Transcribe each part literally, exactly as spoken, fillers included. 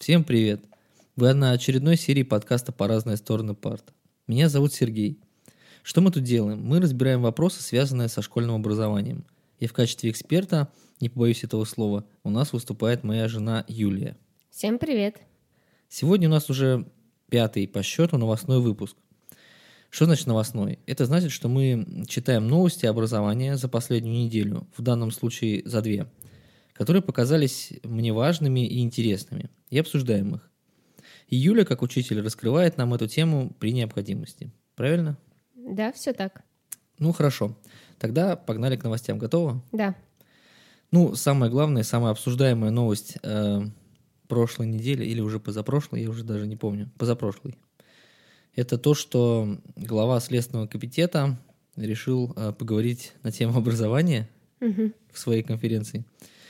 Всем привет! Вы на очередной серии подкаста «По разные стороны парт». Меня зовут Сергей. Что мы тут делаем? Мы разбираем вопросы, связанные со школьным образованием. И в качестве эксперта, не побоюсь этого слова, у нас выступает моя жена Юлия. Всем привет! Сегодня у нас уже пятый по счету новостной выпуск. Что значит новостной? Это значит, что мы читаем новости образования за последнюю неделю, в данном случае за две, которые показались мне важными и интересными, и обсуждаем их. И Юля, как учитель, раскрывает нам эту тему при необходимости. Правильно? Да, все так. Ну, хорошо. Тогда погнали к новостям. Готово? Да. Ну, самая главная, самая обсуждаемая новость э, прошлой недели, или уже позапрошлой, я уже даже не помню, позапрошлой. Это то, что глава Следственного комитета решил э, поговорить на тему образования Угу. в своей конференции.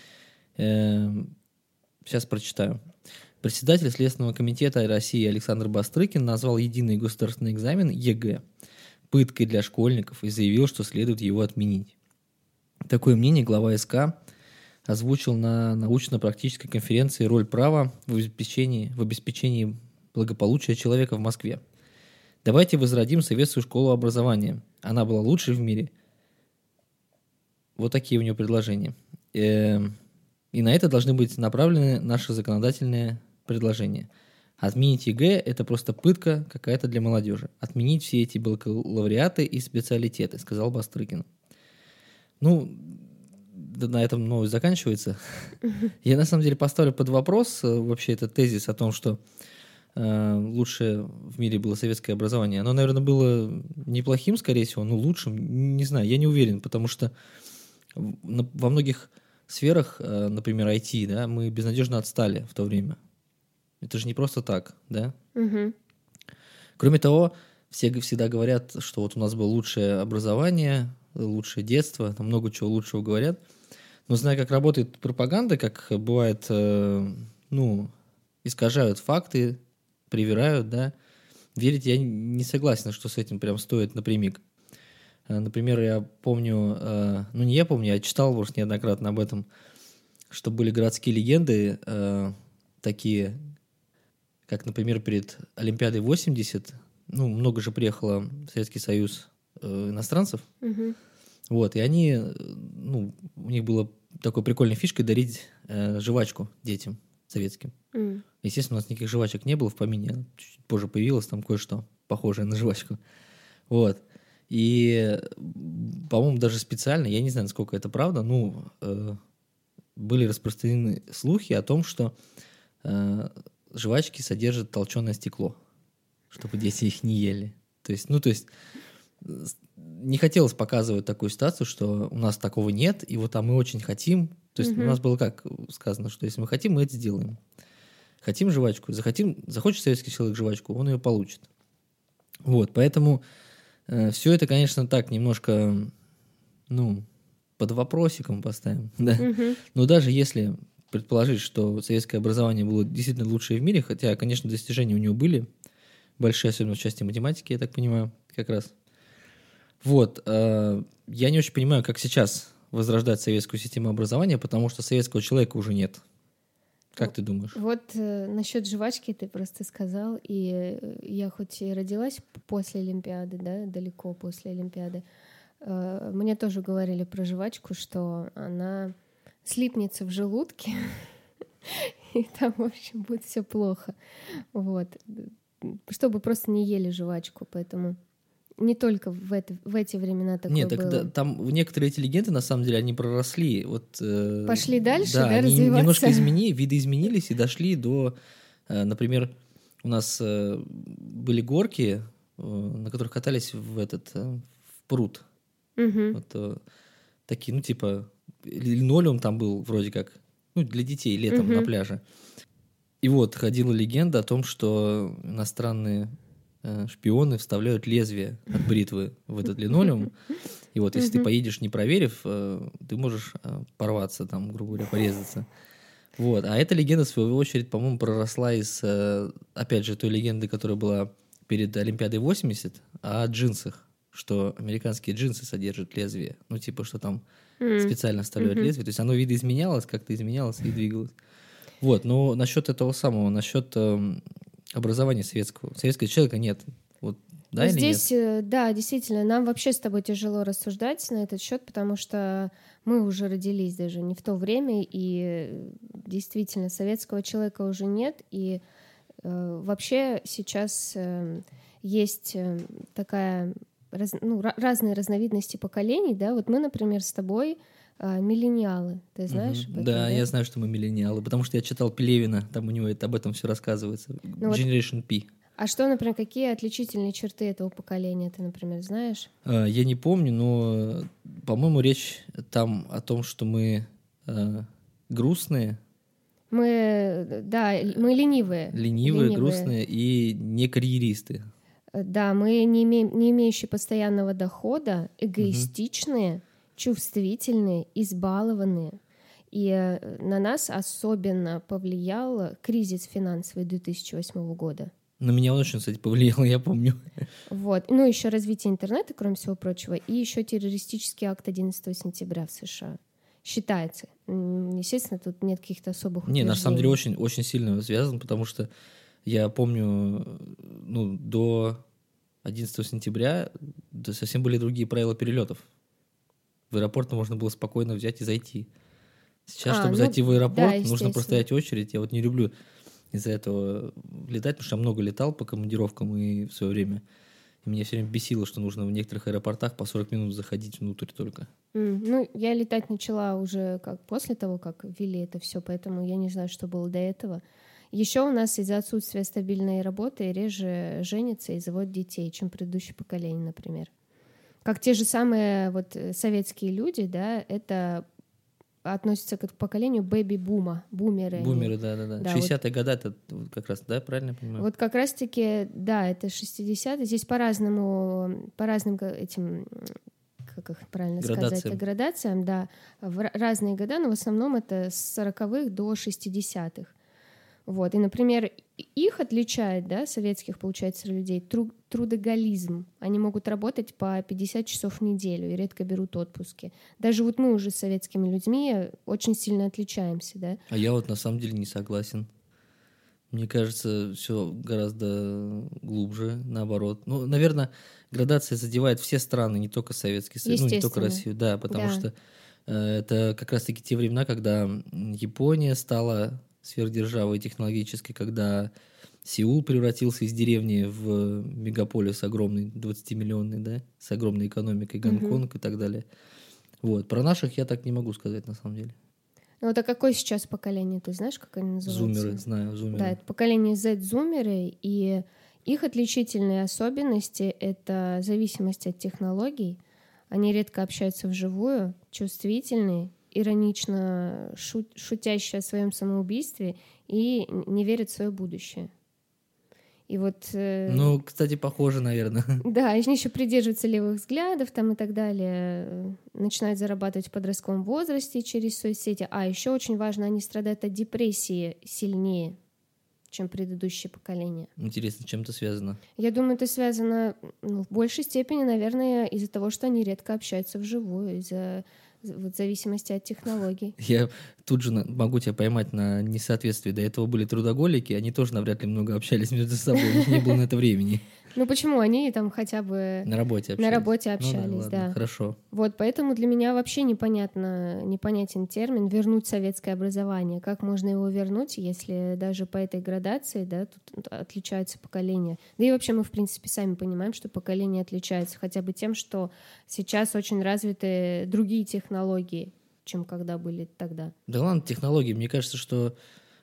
Э, сейчас прочитаю. Председатель Следственного комитета России Александр Бастрыкин назвал единый государственный экзамен ЕГЭ пыткой для школьников и заявил, что следует его отменить. Такое мнение глава СК озвучил на научно-практической конференции «Роль права в обеспечении, в обеспечении благополучия человека в Москве». Давайте возродим советскую школу образования. Она была лучшей в мире. Вот такие у него предложения. И на это должны быть направлены наши законодательные предложения. Отменить ЕГЭ – это просто пытка какая-то для молодежи. Отменить все эти бакалавриаты и специалитеты, сказал Бастрыкин. Ну, на этом новость заканчивается. Я на самом деле поставлю под вопрос вообще этот тезис о том, что э, лучшее в мире было советское образование. Оно, наверное, было неплохим, скорее всего, но лучшим. Не знаю, я не уверен, потому что во многих сферах, э, например, ай ти, да, мы безнадежно отстали в то время. Это же не просто так, да? Угу. Кроме того, все всегда говорят, что вот у нас было лучшее образование, лучшее детство, там много чего лучшего говорят. Но зная, как работает пропаганда, как бывает, э, ну, искажают факты, привирают, да, верить я не согласен, что с этим прям стоит напрямик. Э, например, я помню, э, ну не я помню, я читал может неоднократно об этом, что были городские легенды э, такие, как, например, перед Олимпиадой восемьдесят, ну, много же приехало в Советский Союз э, иностранцев, Угу. вот, и они, ну, у них было такой прикольной фишкой дарить э, жвачку детям советским. Mm. Естественно, у нас никаких жвачек не было в помине, чуть позже появилось там кое-что похожее на жвачку, вот. И, по-моему, даже специально, я не знаю, насколько это правда, ну, э, были распространены слухи о том, что э, жвачки содержат толченое стекло, чтобы дети их не ели. То есть, ну, то есть, не хотелось показывать такую ситуацию, что у нас такого нет, и вот а мы очень хотим. То есть, Мгм. у нас было как сказано, что если мы хотим, мы это сделаем. Хотим жвачку, захотим, захочет советский человек жвачку, он ее получит. Вот, поэтому э, все это, конечно, так немножко, ну, под вопросиком поставим, да. Мгм. Но даже если предположить, что советское образование было действительно лучшее в мире, хотя, конечно, достижения у него были большие, особенно в части математики, я так понимаю, как раз. Вот, э, я не очень понимаю, как сейчас возрождать советскую систему образования, потому что советского человека уже нет. Как ты думаешь? Вот э, насчет жвачки ты просто сказал, и э, я хоть и родилась после Олимпиады, да, далеко после Олимпиады, э, мне тоже говорили про жвачку, что она слипнется в желудке, и там, в общем, будет все плохо. Вот. Чтобы просто не ели жвачку, поэтому не только в, это, в эти времена такое Нет, так было. да, там некоторые эти легенды, на самом деле, они проросли. Вот, э, Пошли дальше, да, да, они развиваться? немножко измени, виды изменились и дошли до, э, например, у нас э, были горки, э, на которых катались в этот э, в пруд. Мгм. Вот, э, такие, ну, типа, линолеум там был вроде как, ну, для детей летом Мгм. на пляже. И вот ходила легенда о том, что иностранные э, шпионы вставляют лезвие от бритвы в этот линолеум. И вот если ты Мгм. поедешь, не проверив, э, ты можешь э, порваться, там, грубо говоря, порезаться. Вот. А эта легенда, в свою очередь, по-моему, проросла из, э, опять же, той легенды, которая была перед Олимпиадой восемьдесят, о джинсах, что американские джинсы содержат лезвие. Ну, типа, что там М. специально вставляют Мгм. лезвие. То есть оно видоизменялось, как-то изменялось и двигалось. Вот, но насчет этого самого, насчет э, образования советского. Советского человека нет. Вот, да Ну, или здесь, нет? э, да, действительно, нам вообще с тобой тяжело рассуждать на этот счет, потому что мы уже родились даже не в то время, и э, действительно советского человека уже нет, и э, вообще сейчас э, есть э, такая раз- ну, ra- разные разновидности поколений, да. Вот мы, например, с тобой э, миллениалы, ты знаешь Мгм. об этом, Да, да? я знаю, что мы миллениалы, потому что я читал Пелевина, там у него это, об этом все рассказывается. Ну вот, Generation P. а что, например, какие отличительные черты этого поколения ты, например, знаешь? Э, Я не помню, но, э, по-моему, речь там о том, что мы э, грустные, Мы, э, да, л- мы ленивые, ленивые, ленивые. грустные и не карьеристы. Э, Да, мы не, имеем, не имеющие постоянного дохода, Мгм. эгоистичные, чувствительные, избалованные. И э, на нас особенно повлиял кризис финансовый две тысячи восьмого года. На меня он очень, кстати, повлиял, я помню. Вот. Ну, еще развитие интернета, кроме всего прочего, и еще террористический акт одиннадцатого сентября в США. Считается. М, Естественно, тут нет каких-то особых Не, на самом деле утверждений. очень, очень сильно связан, потому что я помню, э, ну, до одиннадцатого сентября да, совсем были другие правила перелетов. В аэропорт можно было спокойно взять и зайти. Сейчас, А, чтобы ну зайти в да, аэропорт, нужно естественно. простоять очередь. Я вот не люблю из-за этого летать, потому что я много летал по командировкам и в свое время. И меня все время бесило, что нужно в некоторых аэропортах по сорок минут заходить внутрь только. М, Ну, я летать начала уже как после того, как ввели это все, поэтому я не знаю, что было до этого. Еще у нас из-за отсутствия стабильной работы реже женятся и заводят детей, чем предыдущее поколение, например. Как те же самые вот э, советские люди, да, это относится к поколению бэби-бума, бумеры они. Бумеры, да-да-да. Да, вот шестидесятые годы это вот как раз, да, правильно я понимаю? Вот как раз-таки, да, это шестидесятые. Здесь по-разному, по разным га- этим, м, как их правильно сказать, Градациям. градациям, да, в ра- разные года, но в основном это с сороковых до шестидесятых. Вот, и, например, и- их отличает, да, советских, получается, людей, тру- трудоголизм. Они могут работать по пятьдесят часов в неделю и редко берут отпуски. Даже вот мы уже с советскими людьми очень сильно отличаемся, да. А я вот на самом деле не согласен. Мне кажется, все гораздо глубже, наоборот. Ну, наверное, градация задевает все страны, не только Советский Союз, ну, не только Естественно, Россию, да, потому да. что э, это как раз-таки те времена, когда м, Япония стала сверхдержавой технологической, когда Сеул превратился из деревни в мегаполис огромный, двадцатимиллионный, да, с огромной экономикой, Мгм. Гонконг и так далее. Вот. Про наших я так не могу сказать, на самом деле. Ну, вот а какое сейчас поколение? Ты знаешь, как они называются? Зумеры, знаю, Да, зумеры. это поколение Z-зумеры, и их отличительные особенности — это зависимость от технологий. Они редко общаются вживую, чувствительные, иронично шу- шутящие о своем самоубийстве и не верят в свое будущее. И вот э, Ну, кстати, похоже, наверное. да, они еще придерживаются левых взглядов там и так далее, э, начинают зарабатывать в подростковом возрасте через соцсети. А еще очень важно, они страдают от депрессии сильнее, чем предыдущее поколение. Интересно, чем это связано? Я думаю, это связано ну, в большей степени, наверное, из-за того, что они редко общаются вживую, из-за з- вот, зависимости от технологий. Я тут же на- могу тебя поймать на несоответствии. До этого были трудоголики, они тоже навряд ли много общались между собой, у них не было на это времени. Ну почему? Они там хотя бы На работе общались. на работе Ну да, общались, ладно, да. хорошо. Вот, поэтому для меня вообще непонятно, непонятен термин «вернуть советское образование». Как можно его вернуть, если даже по этой градации, да, тут отличаются поколения. Да и вообще мы, в принципе, сами понимаем, что поколения отличаются хотя бы тем, что сейчас очень развиты другие технологии, чем когда были тогда. Да ладно, технологии. Мне кажется, что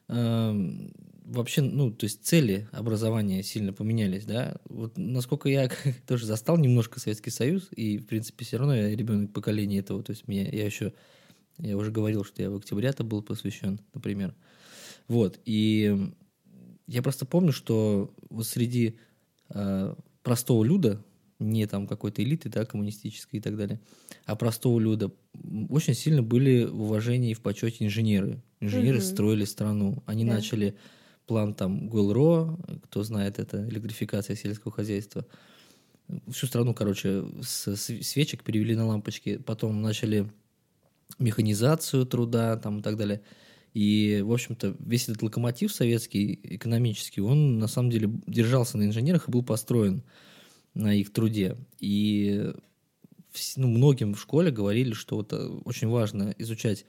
эм, вообще, ну, то есть цели образования сильно поменялись, да. Вот насколько я тоже застал немножко Советский Союз, и, в принципе, все равно я ребенок поколения этого. То есть мне, я еще, я уже говорил, что я в октября-то был посвящен, например. Вот, и я просто помню, что вот среди э, простого люда, не там какой-то элиты, да, коммунистической и так далее, а простого люда м, очень сильно были в уважении и в почете инженеры. Инженеры Мгм. строили страну. Они Да. начали план там ГОЛРО, кто знает, это электрификация сельского хозяйства. Всю страну, короче, с с- свечек перевели на лампочки. Потом начали механизацию труда там и так далее. И, в общем-то, весь этот локомотив советский, экономический, он на самом деле держался на инженерах и был построен на их труде. И ну, многим в школе говорили, что вот очень важно изучать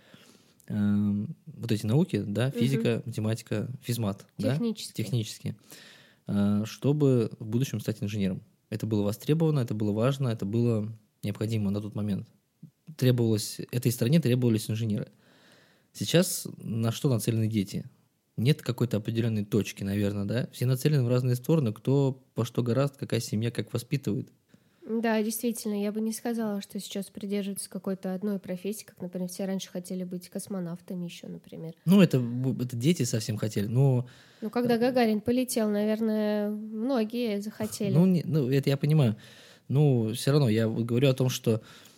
э, вот эти науки, да, физика, угу. математика, физмат, технические, да, технические, э, чтобы в будущем стать инженером. Это было востребовано, это было важно, это было необходимо на тот момент. Требовалось, этой стране требовались инженеры. Сейчас на что нацелены дети? Нет какой-то определенной точки, наверное, да? Все нацелены в разные стороны, кто по что гораздо, какая семья, как воспитывает. Да, действительно, я бы не сказала, что сейчас придерживаются какой-то одной профессии, как, например, все раньше хотели быть космонавтами еще, например. Ну, это, это дети совсем хотели, но... Ну, когда Гагарин полетел, наверное, многие захотели. Ну, не, ну это я понимаю. Ну, все равно я говорю о том, что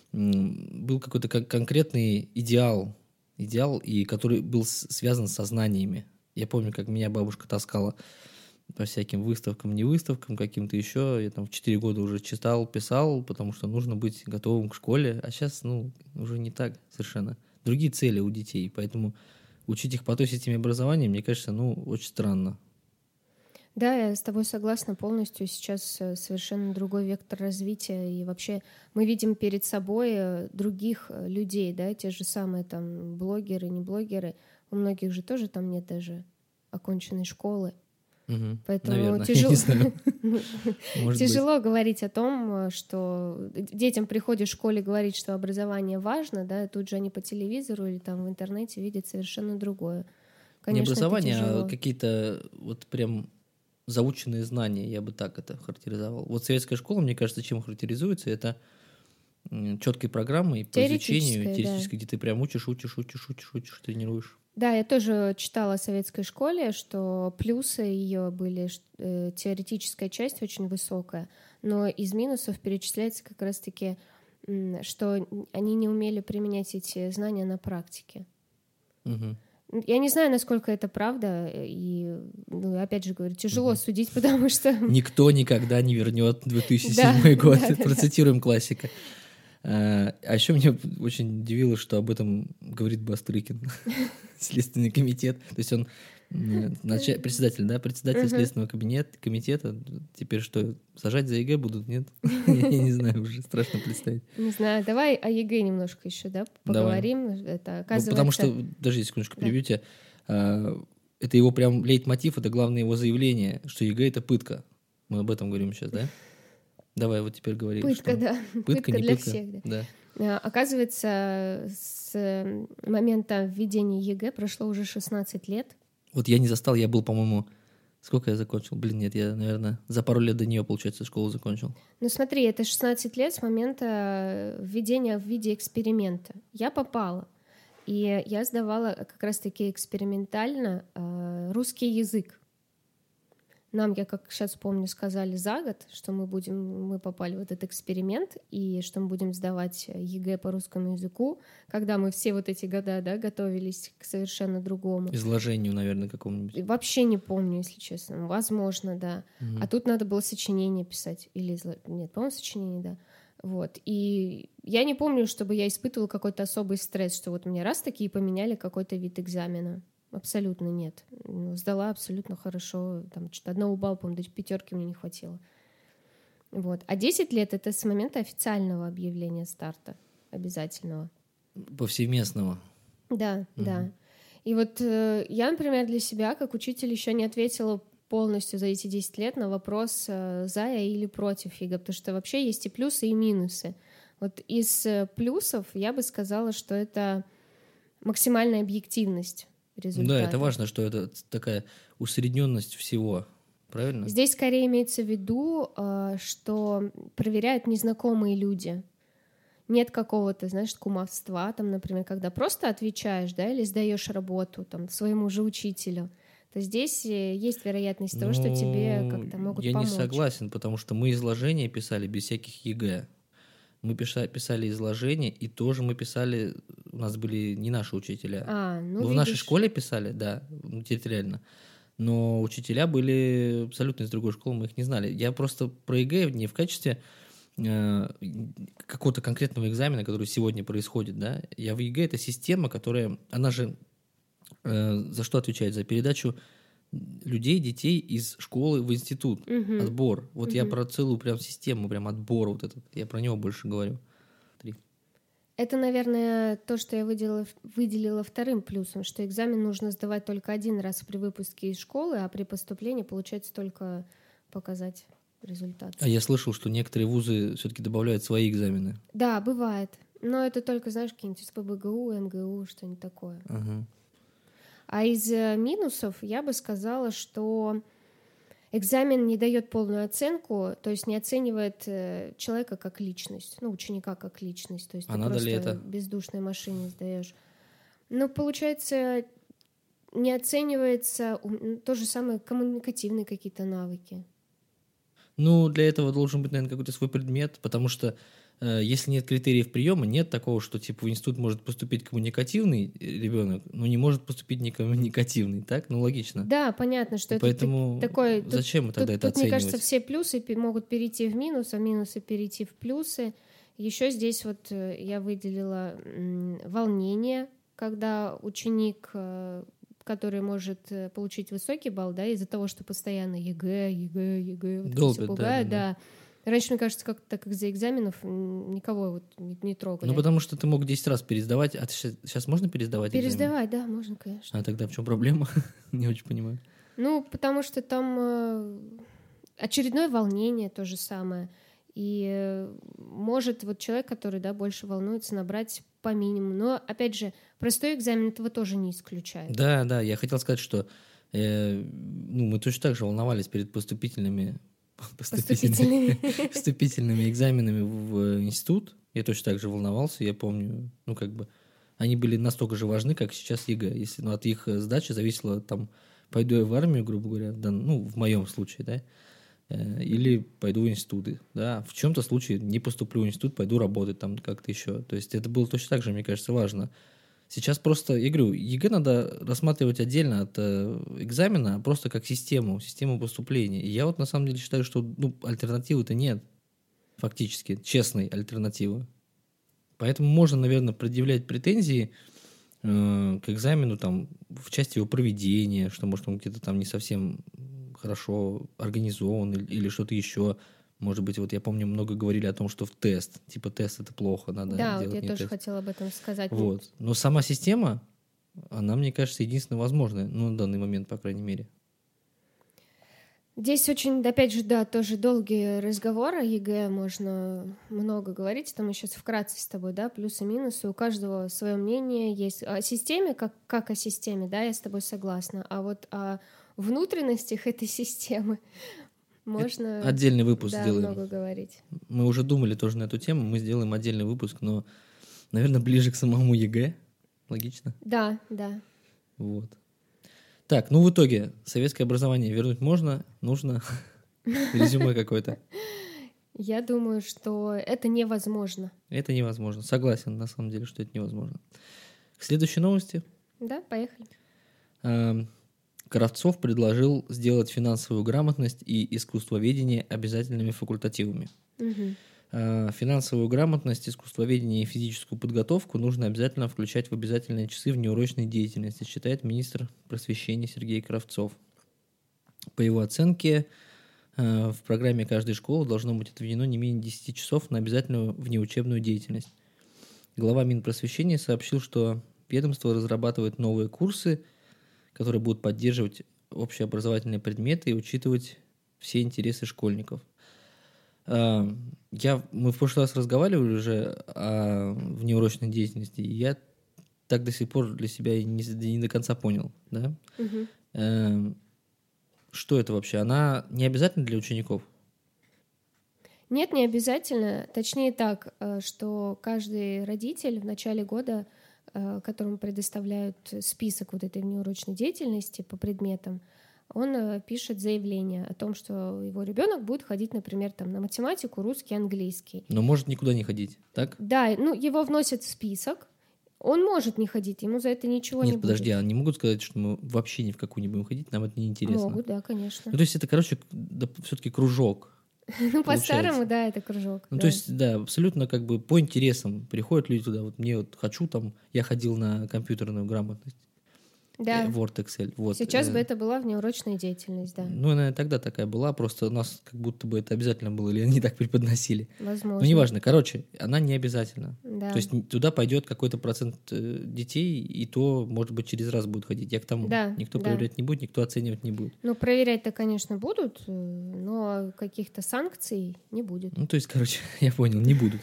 м, был какой-то кон- конкретный идеал, идеал, и который был с- связан со знаниями. Я помню, как меня бабушка таскала по всяким выставкам, не выставкам, каким-то еще. Я там в четыре года уже читал, писал, потому что нужно быть готовым к школе. А сейчас, ну, уже не так совершенно. Другие цели у детей, поэтому учить их по той системе образования, мне кажется, ну, очень странно. Да, я с тобой согласна полностью. Сейчас совершенно другой вектор развития. И вообще мы видим перед собой других людей, да, те же самые там блогеры, не блогеры. У многих же тоже там нет даже оконченной школы. Угу. Поэтому Наверное, тяжело, я не знаю. тяжело говорить о том, что детям приходит в школе говорить, что образование важно, да, тут же они по телевизору или там в интернете видят совершенно другое. Конечно, не образование, а какие-то вот прям заученные знания, я бы так это характеризовал. Вот советская школа, мне кажется, чем характеризуется, это четкой программой по изучению, теоретической, да. Где ты прям учишь, учишь, учишь, учишь, учишь, тренируешь. Да, я тоже читала о советской школе, что плюсы ее были, э, теоретическая часть очень высокая, но из минусов перечисляется как раз-таки, что они не умели применять эти знания на практике. Угу. Я не знаю, насколько это правда, и, ну, опять же говорю, тяжело угу. судить, потому что... Никто никогда не вернет две тысячи седьмой год, процитируем классика. А, а еще меня очень удивило, что об этом говорит Бастрыкин, Следственный комитет. То есть он нач... председатель, да, председатель uh-huh. Следственного кабинета, комитета. Теперь что, сажать за ЕГЭ будут, нет? Я не знаю, уже страшно представить. Не знаю, давай о ЕГЭ немножко еще, да, поговорим. Это, оказывается... Потому что, даже секундочку, перебью тебя, это его прям лейтмотив, это главное его заявление, что ЕГЭ — это пытка. Мы об этом говорим сейчас, да? Давай вот теперь говори. Пытка, что... да. Пытка, пытка не для пытка. всех, да. да. Оказывается, с момента введения ЕГЭ прошло уже шестнадцать лет. Вот я не застал, я был, по-моему... Сколько я закончил? Блин, нет, я, наверное, за пару лет до нее, получается, школу закончил. Ну смотри, это шестнадцать лет с момента введения в виде эксперимента. Я попала. И я сдавала как раз-таки экспериментально э, русский язык. Нам, я как сейчас помню, сказали за год, что мы будем, мы попали в этот эксперимент, и что мы будем сдавать ЕГЭ по русскому языку, когда мы все вот эти года, да, готовились к совершенно другому. Изложению, наверное, какому-нибудь. Вообще не помню, если честно. Возможно, да. Угу. А тут надо было сочинение писать. Или, нет, по-моему, сочинение, да. Вот. И я не помню, чтобы я испытывала какой-то особый стресс, что вот мне раз такие поменяли какой-то вид экзамена. Абсолютно нет. Сдала абсолютно хорошо. Там что-то одного балла, по-моему, до пятерки мне не хватило. Вот. А десять лет — это с момента официального объявления старта обязательного. Повсеместного. Да, угу. да. И вот э, я, например, для себя, как учитель, еще не ответила полностью за эти десять лет на вопрос, э, за я или против ЕГЭ, потому что вообще есть и плюсы, и минусы. Вот из плюсов я бы сказала, что это максимальная объективность результата. Да, это важно, что это такая усредненность всего, правильно? Здесь скорее имеется в виду, что проверяют незнакомые люди. Нет какого-то, знаешь, кумовства, там, например, когда просто отвечаешь, да, или сдаешь работу там, своему же учителю, то здесь есть вероятность того, ну, что тебе как-то могут я помочь. Я не согласен, потому что мы изложения писали без всяких ЕГЭ. Мы писали изложения, и тоже мы писали, у нас были не наши учителя. А, ну, мы видишь. В нашей школе писали, да, территориально. Но учителя были абсолютно из другой школы, мы их не знали. Я просто про ЕГЭ не в качестве э, какого-то конкретного экзамена, который сегодня происходит, да. Я в ЕГЭ — это система, которая, она же Э, за что отвечает? За передачу людей, детей из школы в институт. Мгм. Отбор. Вот я Мгм. про целую прям систему, прям отбора вот этот. Я про него больше говорю. Три. Это, наверное, то, что я выделила, выделила вторым плюсом, что экзамен нужно сдавать только один раз при выпуске из школы, а при поступлении получается только показать результат. А я слышал, что некоторые вузы все-таки добавляют свои экзамены. Да, бывает. Но это только, знаешь, какие-нибудь эс пэ бэ гэ у, эн гэ у, что-нибудь такое. Ага. А из э, минусов я бы сказала, что экзамен не дает полную оценку, то есть не оценивает э, человека как личность, ну, ученика как личность. То есть А ты надо просто ли это? бездушной машине сдаешь. Ну, получается, не оценивается ум- то же самое коммуникативные какие-то навыки. Ну, для этого должен быть, наверное, какой-то свой предмет, потому что э, если нет критериев приема, нет такого, что типа в институт может поступить коммуникативный ребенок, но не может поступить некоммуникативный, так? Ну, логично. Да, понятно, что И это поэтому так- такой... тут- зачем Тут, тогда это тут, мне кажется, оценивать? все плюсы пе- могут перейти в минус, а минусы перейти в плюсы. Еще здесь вот э, я выделила м, волнение, когда ученик, э, который может э, получить высокий балл, да, из-за того, что постоянно ЕГЭ, ЕГЭ, ЕГЭ, вот это Долбят, всё да, пугает, да, да. Раньше, мне кажется, как-то так из-за экзаменов м, никого вот не, не трогали. Ну, потому что ты мог десять раз пересдавать. А сейчас можно пересдавать экзамен? Пересдавать, да, можно, конечно. А тогда в чем проблема? Не очень понимаю. Ну, потому что там э, очередное волнение то же самое. И э, может вот человек, который, да, больше волнуется, набрать по минимуму. Но, опять же, простой экзамен этого тоже не исключает. Да, да, я хотел сказать, что э, ну, мы точно так же волновались перед поступительными, поступительными, Поступительными. вступительными экзаменами в институт. Я точно так же волновался, я помню, ну, как бы, они были настолько же важны, как сейчас ЕГЭ. Если, ну, от их э, сдачи зависело, там, пойду я в армию, грубо говоря, да, ну, в моем случае, да, э, или пойду в институты, да, в чем-то случае не поступлю в институт, пойду работать там как-то еще. То есть это было точно так же, мне кажется, важно. Сейчас просто, я говорю, ЕГЭ надо рассматривать отдельно от э, экзамена, а просто как систему, систему поступления. И я вот на самом деле считаю, что ну, альтернативы-то нет, фактически, честной альтернативы. Поэтому можно, наверное, предъявлять претензии э, к экзамену там, в части его проведения, что, может, он где-то там не совсем хорошо организован или, или что-то еще. Может быть, вот я помню, много говорили о том, что в тест, типа тест это плохо, надо Да, делать вот я не тоже тест. хотела об этом сказать. Вот. Но сама система, она, мне кажется, единственно возможная, ну, на данный момент, по крайней мере. Здесь очень, опять же, да, тоже долгие разговоры. ЕГЭ можно много говорить. Это мы сейчас вкратце с тобой, да, плюсы-минусы. У каждого свое мнение есть. О системе, как, как о системе, да, я с тобой согласна. А вот о внутренностях этой системы можно... Это отдельный выпуск да, сделаем. много говорить. Мы уже думали тоже на эту тему, мы сделаем отдельный выпуск, но, наверное, ближе к самому ЕГЭ. Логично? Да, да. Вот. Так, ну в итоге, советское образование вернуть можно, нужно. Резюме какое-то. Я думаю, что это невозможно. Это невозможно. Согласен, на самом деле, что это невозможно. К следующей новости. Да, поехали. Эм, Кравцов предложил сделать финансовую грамотность и искусствоведение обязательными факультативами. Мгм. Э, Финансовую грамотность, искусствоведение и физическую подготовку нужно обязательно включать в обязательные часы внеурочной деятельности, считает министр просвещения Сергей Кравцов. По его оценке, э, в программе каждой школы должно быть отведено не менее десять часов на обязательную внеучебную деятельность. Глава Минпросвещения сообщил, что ведомство разрабатывает новые курсы, которые будут поддерживать общеобразовательные предметы и учитывать все интересы школьников. А, Я, мы в прошлый раз разговаривали уже о внеурочной деятельности, и я так до сих пор для себя и не, не до конца понял, да? Мгм. Эм, Что это вообще? Она не обязательно для учеников? Нет, не обязательно. Точнее так, э, что каждый родитель в начале года, э, которому предоставляют список вот этой внеурочной деятельности по предметам, он э, пишет заявление о том, что его ребенок будет ходить, например, там, на математику, русский, английский. Но может никуда не ходить, так? Да, ну его вносят в список. Он может не ходить, ему за это ничего не Нет, подожди, будет. а не могут сказать, что мы вообще ни в какую не будем ходить, нам это не интересно. Могут, да, конечно. Ну, то есть это, короче, да, все-таки кружок. Ну, получается. по-старому, да, это кружок. Ну, да. то есть, да, абсолютно как бы по интересам приходят люди туда. Вот мне вот хочу там, я ходил на компьютерную грамотность. Да. Word, Excel. Вот. Сейчас бы это была внеурочная деятельность, да. Ну, наверное, тогда такая была, просто у нас как будто бы это обязательно было, или они так преподносили. Возможно. Ну, неважно. Короче, она не обязательна. Да. То есть туда пойдет какой-то процент детей, и то, может быть, через раз будут ходить. Я к тому. Да, Никто да. проверять не будет, никто оценивать не будет. Ну, проверять-то, конечно, будут, но каких-то санкций не будет. Ну, то есть, короче, я понял, не будут.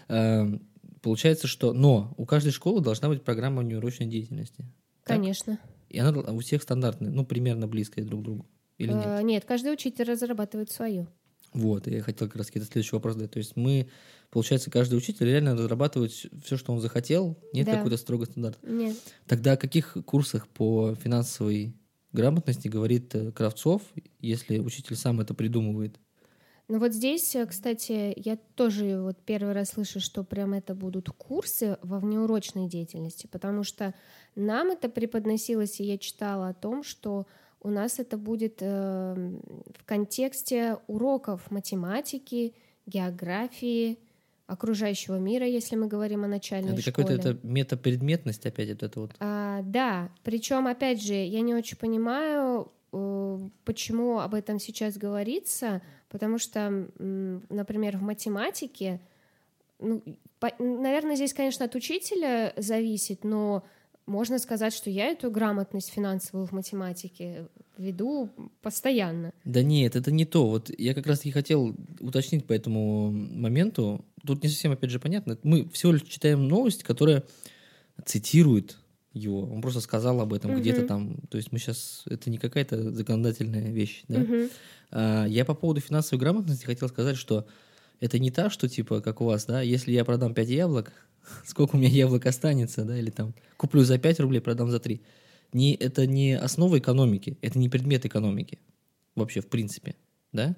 Получается, что... Но у каждой школы должна быть программа внеурочной деятельности. Так? Конечно. И она у всех стандартная, ну, примерно близкая друг к другу. Или нет? Э, нет, каждый учитель разрабатывает свою. Вот, я хотел как раз это следующий вопрос задать. То есть мы, получается, каждый учитель реально разрабатывает все, что он захотел, нет Да. какой-то строгой стандарт. Нет. Тогда о каких курсах по финансовой грамотности говорит Кравцов, если учитель сам это придумывает? Ну вот здесь, кстати, я тоже вот первый раз слышу, что прям это будут курсы во внеурочной деятельности, потому что нам это преподносилось, и я читала о том, что у нас это будет э, в контексте уроков математики, географии, окружающего мира, если мы говорим о начальной Это школе. какая-то это метапредметность опять вот это вот? А, да, причем, опять же, я не очень понимаю, э, почему об этом сейчас говорится, потому что, например, в математике, ну, по, наверное, здесь, конечно, от учителя зависит, но можно сказать, что я эту грамотность финансовую в математике веду постоянно. Да нет, это не то. Вот я как раз и хотел уточнить по этому моменту. Тут не совсем, опять же, понятно. Мы всего лишь читаем новость, которая цитирует его. Он просто сказал об этом Мгм. где-то там. То есть мы сейчас... Это не какая-то законодательная вещь, да? Мгм. А, я по поводу финансовой грамотности хотел сказать, что это не та, что типа, как у вас, да, если я продам пять яблок, сколько у меня яблок останется, да, или там куплю за пять рублей, продам за три. Не, это не основа экономики, это не предмет экономики вообще, в принципе, да.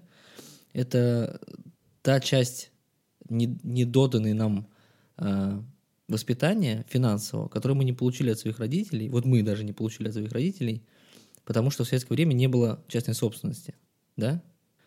Это та часть не- недоданной нам а, воспитания финансового, которое мы не получили от своих родителей, вот мы даже не получили от своих родителей, потому что в советское время не было частной собственности, да.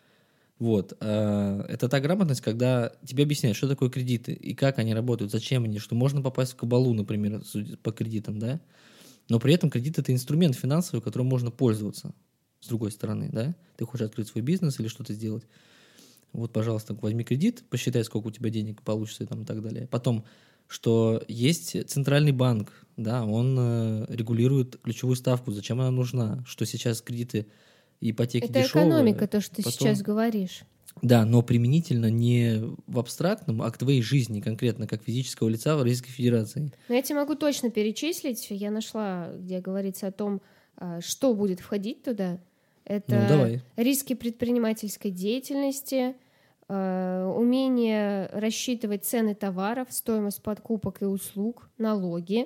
Вот. а, Это та грамотность, когда тебе объясняют, что такое кредиты и как они работают, зачем они, что можно попасть в кабалу, например, судя по кредитам, да. Но при этом кредит — это инструмент финансовый, которым можно пользоваться, с другой стороны, да. Ты хочешь открыть свой бизнес или что-то сделать. Вот, пожалуйста, возьми кредит, посчитай, сколько у тебя денег получится и, там, и так далее. Потом, что есть центральный банк, да, он э, регулирует ключевую ставку, зачем она нужна, что сейчас кредиты, ипотеки Это дешевые. экономика, то, что ты потом- сейчас говоришь. Да, но применительно не в абстрактном, а к твоей жизни конкретно, как физического лица в Российской Федерации. Но я тебе могу точно перечислить. Я нашла, где говорится о том, а, что будет входить туда. Это Ну, давай. риски предпринимательской деятельности, а, умение рассчитывать цены товаров, стоимость покупок и услуг, налоги.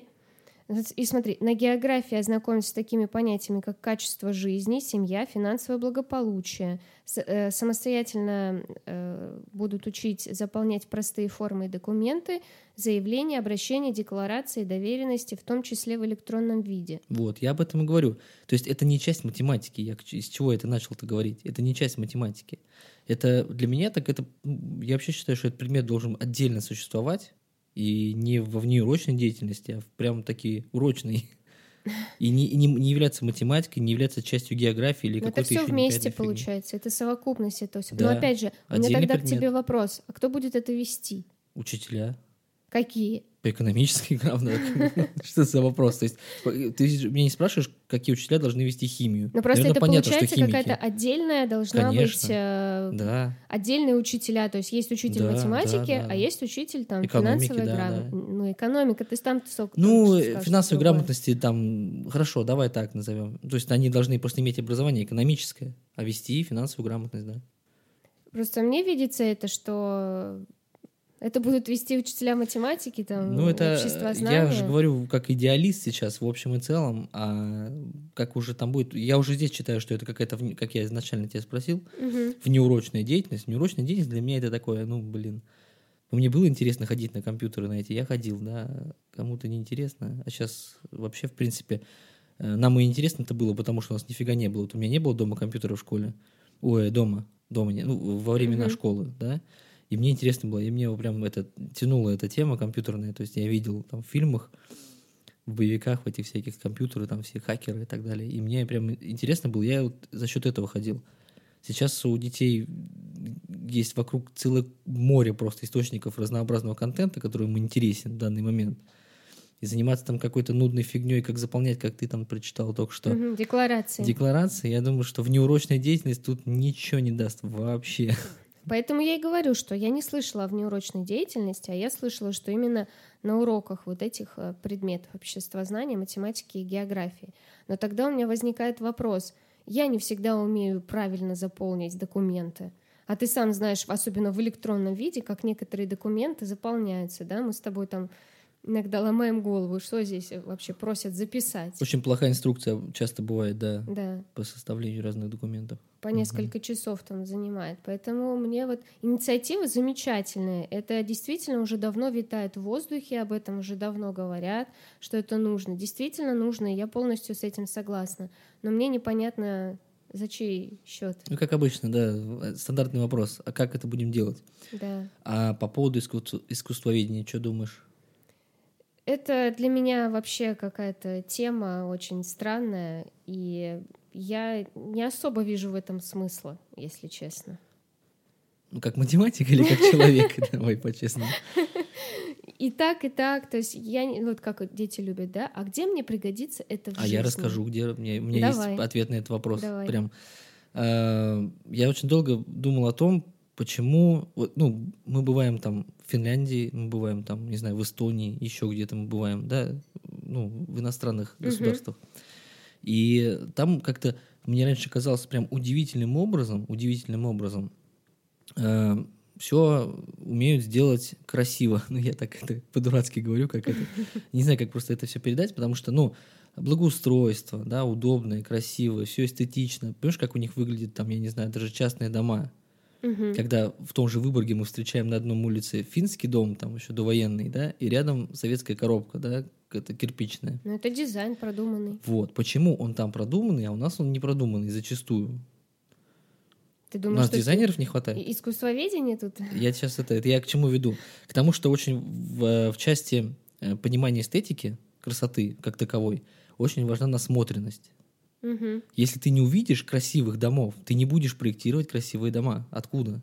И смотри, на географии ознакомиться с такими понятиями, как качество жизни, семья, финансовое благополучие. С- э, самостоятельно э, будут учить заполнять простые формы и документы, заявления, обращения, декларации, доверенности, в том числе в электронном виде. Вот, я об этом и говорю. То есть это не часть математики. Я к- из чего это начал-то говорить? Это не часть математики. Это для меня так это... м, Я вообще считаю, что этот предмет должен отдельно существовать, и не во внеурочной деятельности, а в прям такие урочные. И не, и не, не являться математикой, не являться частью географии или Но это какой-то все еще вместе непонятной фигни. получается, это совокупность этого всего. Да, Но опять же, у меня отдельный тогда к предмет. тебе вопрос: а кто будет это вести? Учителя. Какие? По экономической грамотности. Что это за вопрос? То есть ты же меня не спрашиваешь, какие учителя должны вести химию. Ну просто Наверное, это понятно, что получается химики. какая-то отдельная должна Конечно. быть э, Да, отдельные учителя. То есть есть учитель Да, математики, да, да. а есть учитель там Экономики, финансовой да, грамотности. да. Ну, экономика, ты там столько. ну, только что э, сказал, финансовой что другое. грамотности там, хорошо, давай так назовем. То есть они должны просто иметь образование экономическое, а вести финансовую грамотность, да. Просто мне видится это, что это будут вести учителя математики, там, Ну, это обществознания. я же говорю как идеалист сейчас в общем и целом, а как уже там будет... Я уже здесь считаю, что это какая-то, вне- как я изначально тебя спросил, Мгм. внеурочная деятельность. Внеурочная деятельность для меня это такое, ну, блин. Мне было интересно ходить на компьютеры на эти, я ходил, да, кому-то не интересно. А сейчас вообще, в принципе, э, нам и интересно это было, потому что у нас нифига не было. Вот у меня не было дома компьютера в школе. Ой, дома, дома не, ну, во времена Мгм. школы, да. И мне интересно было, и мне прям это тянула эта тема компьютерная. То есть я видел там в фильмах, в боевиках, в этих всяких компьютеры, там все хакеры и так далее. И мне прям интересно было, я вот за счет этого ходил. Сейчас у детей есть вокруг целое море просто источников разнообразного контента, который им интересен в данный момент. И заниматься там какой-то нудной фигней, как заполнять, как ты там прочитал только что. Угу, декларации. Декларации, я думаю, что внеурочная деятельность тут ничего не даст вообще. Поэтому я и говорю, что я не слышала о внеурочной деятельности, а я слышала, что именно на уроках вот этих предметов обществознания, математики и географии. Но тогда у меня возникает вопрос. Я не всегда умею правильно заполнить документы. А ты сам знаешь, особенно в электронном виде, как некоторые документы заполняются. Да? Мы с тобой там иногда ломаем голову, что здесь вообще просят записать. Очень плохая инструкция часто бывает, да, да. по составлению разных документов. По несколько угу. часов там занимает. Поэтому мне вот инициатива замечательная. Это действительно уже давно витает в воздухе, об этом уже давно говорят, что это нужно. Действительно нужно, и я полностью с этим согласна. Но мне непонятно, за чей счет. Ну, как обычно, да, стандартный вопрос. А как это будем делать? Да. А по поводу искусств... искусствоведения, что думаешь? Это для меня вообще какая-то тема очень странная, и я не особо вижу в этом смысла, если честно. Ну, как математик или как человек? Давай по-честному. И так, и так. То есть я, вот как дети любят, да? А где мне пригодится это в а жизни? А я расскажу, где. У меня, у меня есть ответ на этот вопрос. Давай. Прям. Э, я очень долго думал о том, почему... Вот, ну, мы бываем там в Финляндии, мы бываем там, не знаю, в Эстонии, еще где-то мы бываем, да, ну, в иностранных uh-huh. государствах. И там как-то мне раньше казалось прям удивительным образом, удивительным образом э, все умеют сделать красиво. Ну, я так это по-дурацки говорю, как это... Не знаю, как просто это все передать, потому что, ну, благоустройство, да, удобное, красивое, все эстетично. Понимаешь, как у них выглядит там, я не знаю, даже частные дома. Угу. Когда в том же Выборге мы встречаем на одном улице финский дом, там еще довоенный, да, и рядом советская коробка, да, это кирпичная. Ну, это дизайн продуманный. Вот. Почему он там продуманный, а у нас он не продуманный зачастую? Ты думаешь, у нас что дизайнеров не хватает? Искусствоведение тут? Я сейчас это, это я к чему веду? К тому, что очень в, в части понимания эстетики, красоты как таковой, очень важна насмотренность. Угу. Если ты не увидишь красивых домов, ты не будешь проектировать красивые дома. Откуда?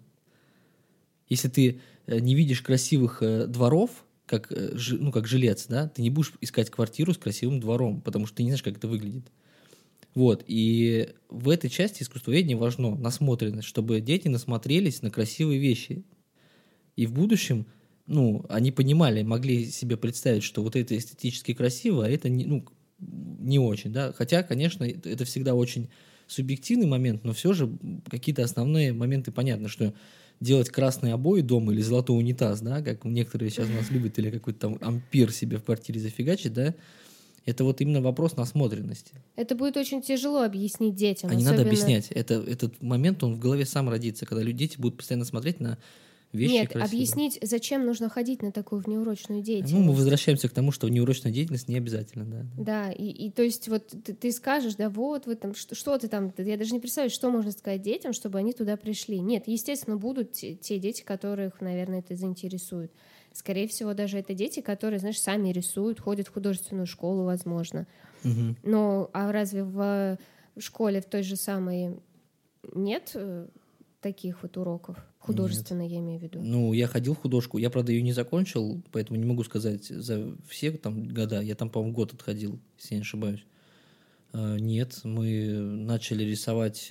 Если ты не видишь красивых дворов, как, ну, как жилец, да, ты не будешь искать квартиру с красивым двором, потому что ты не знаешь, как это выглядит. Вот. И в этой части искусствоведения важно насмотренность, чтобы дети насмотрелись на красивые вещи. И в будущем, ну, они понимали, могли себе представить, что вот это эстетически красиво, а это не, ну, не очень, да. Хотя, конечно, это всегда очень субъективный момент, но все же какие-то основные моменты понятны, что делать красные обои дома или золотой унитаз, да, как некоторые сейчас у нас любят, или какой-то там ампир себе в квартире зафигачить, да, это вот именно вопрос насмотренности. Это будет очень тяжело объяснить детям. А не особенно... надо объяснять. Это, этот момент, он в голове сам родится, когда дети будут постоянно смотреть на вещи Нет, красивые. объяснить, зачем нужно ходить на такую внеурочную деятельность. Ну, мы возвращаемся к тому, что внеурочная деятельность не обязательно, да. Да, и, и то есть вот ты, ты скажешь, да, вот, вот там, что, что ты там, я даже не представляю, что можно сказать детям, чтобы они туда пришли. Нет, естественно, будут те, те дети, которых, наверное, это заинтересует. Скорее всего, даже это дети, которые, знаешь, сами рисуют, ходят в художественную школу, возможно. Угу. Но а разве в школе в той же самой нет таких вот уроков? Художественно, я имею в виду. Ну, я ходил в художку, я, правда, ее не закончил, поэтому не могу сказать за все там года. Я там, по-моему, год отходил, если я не ошибаюсь. А, нет, мы начали рисовать,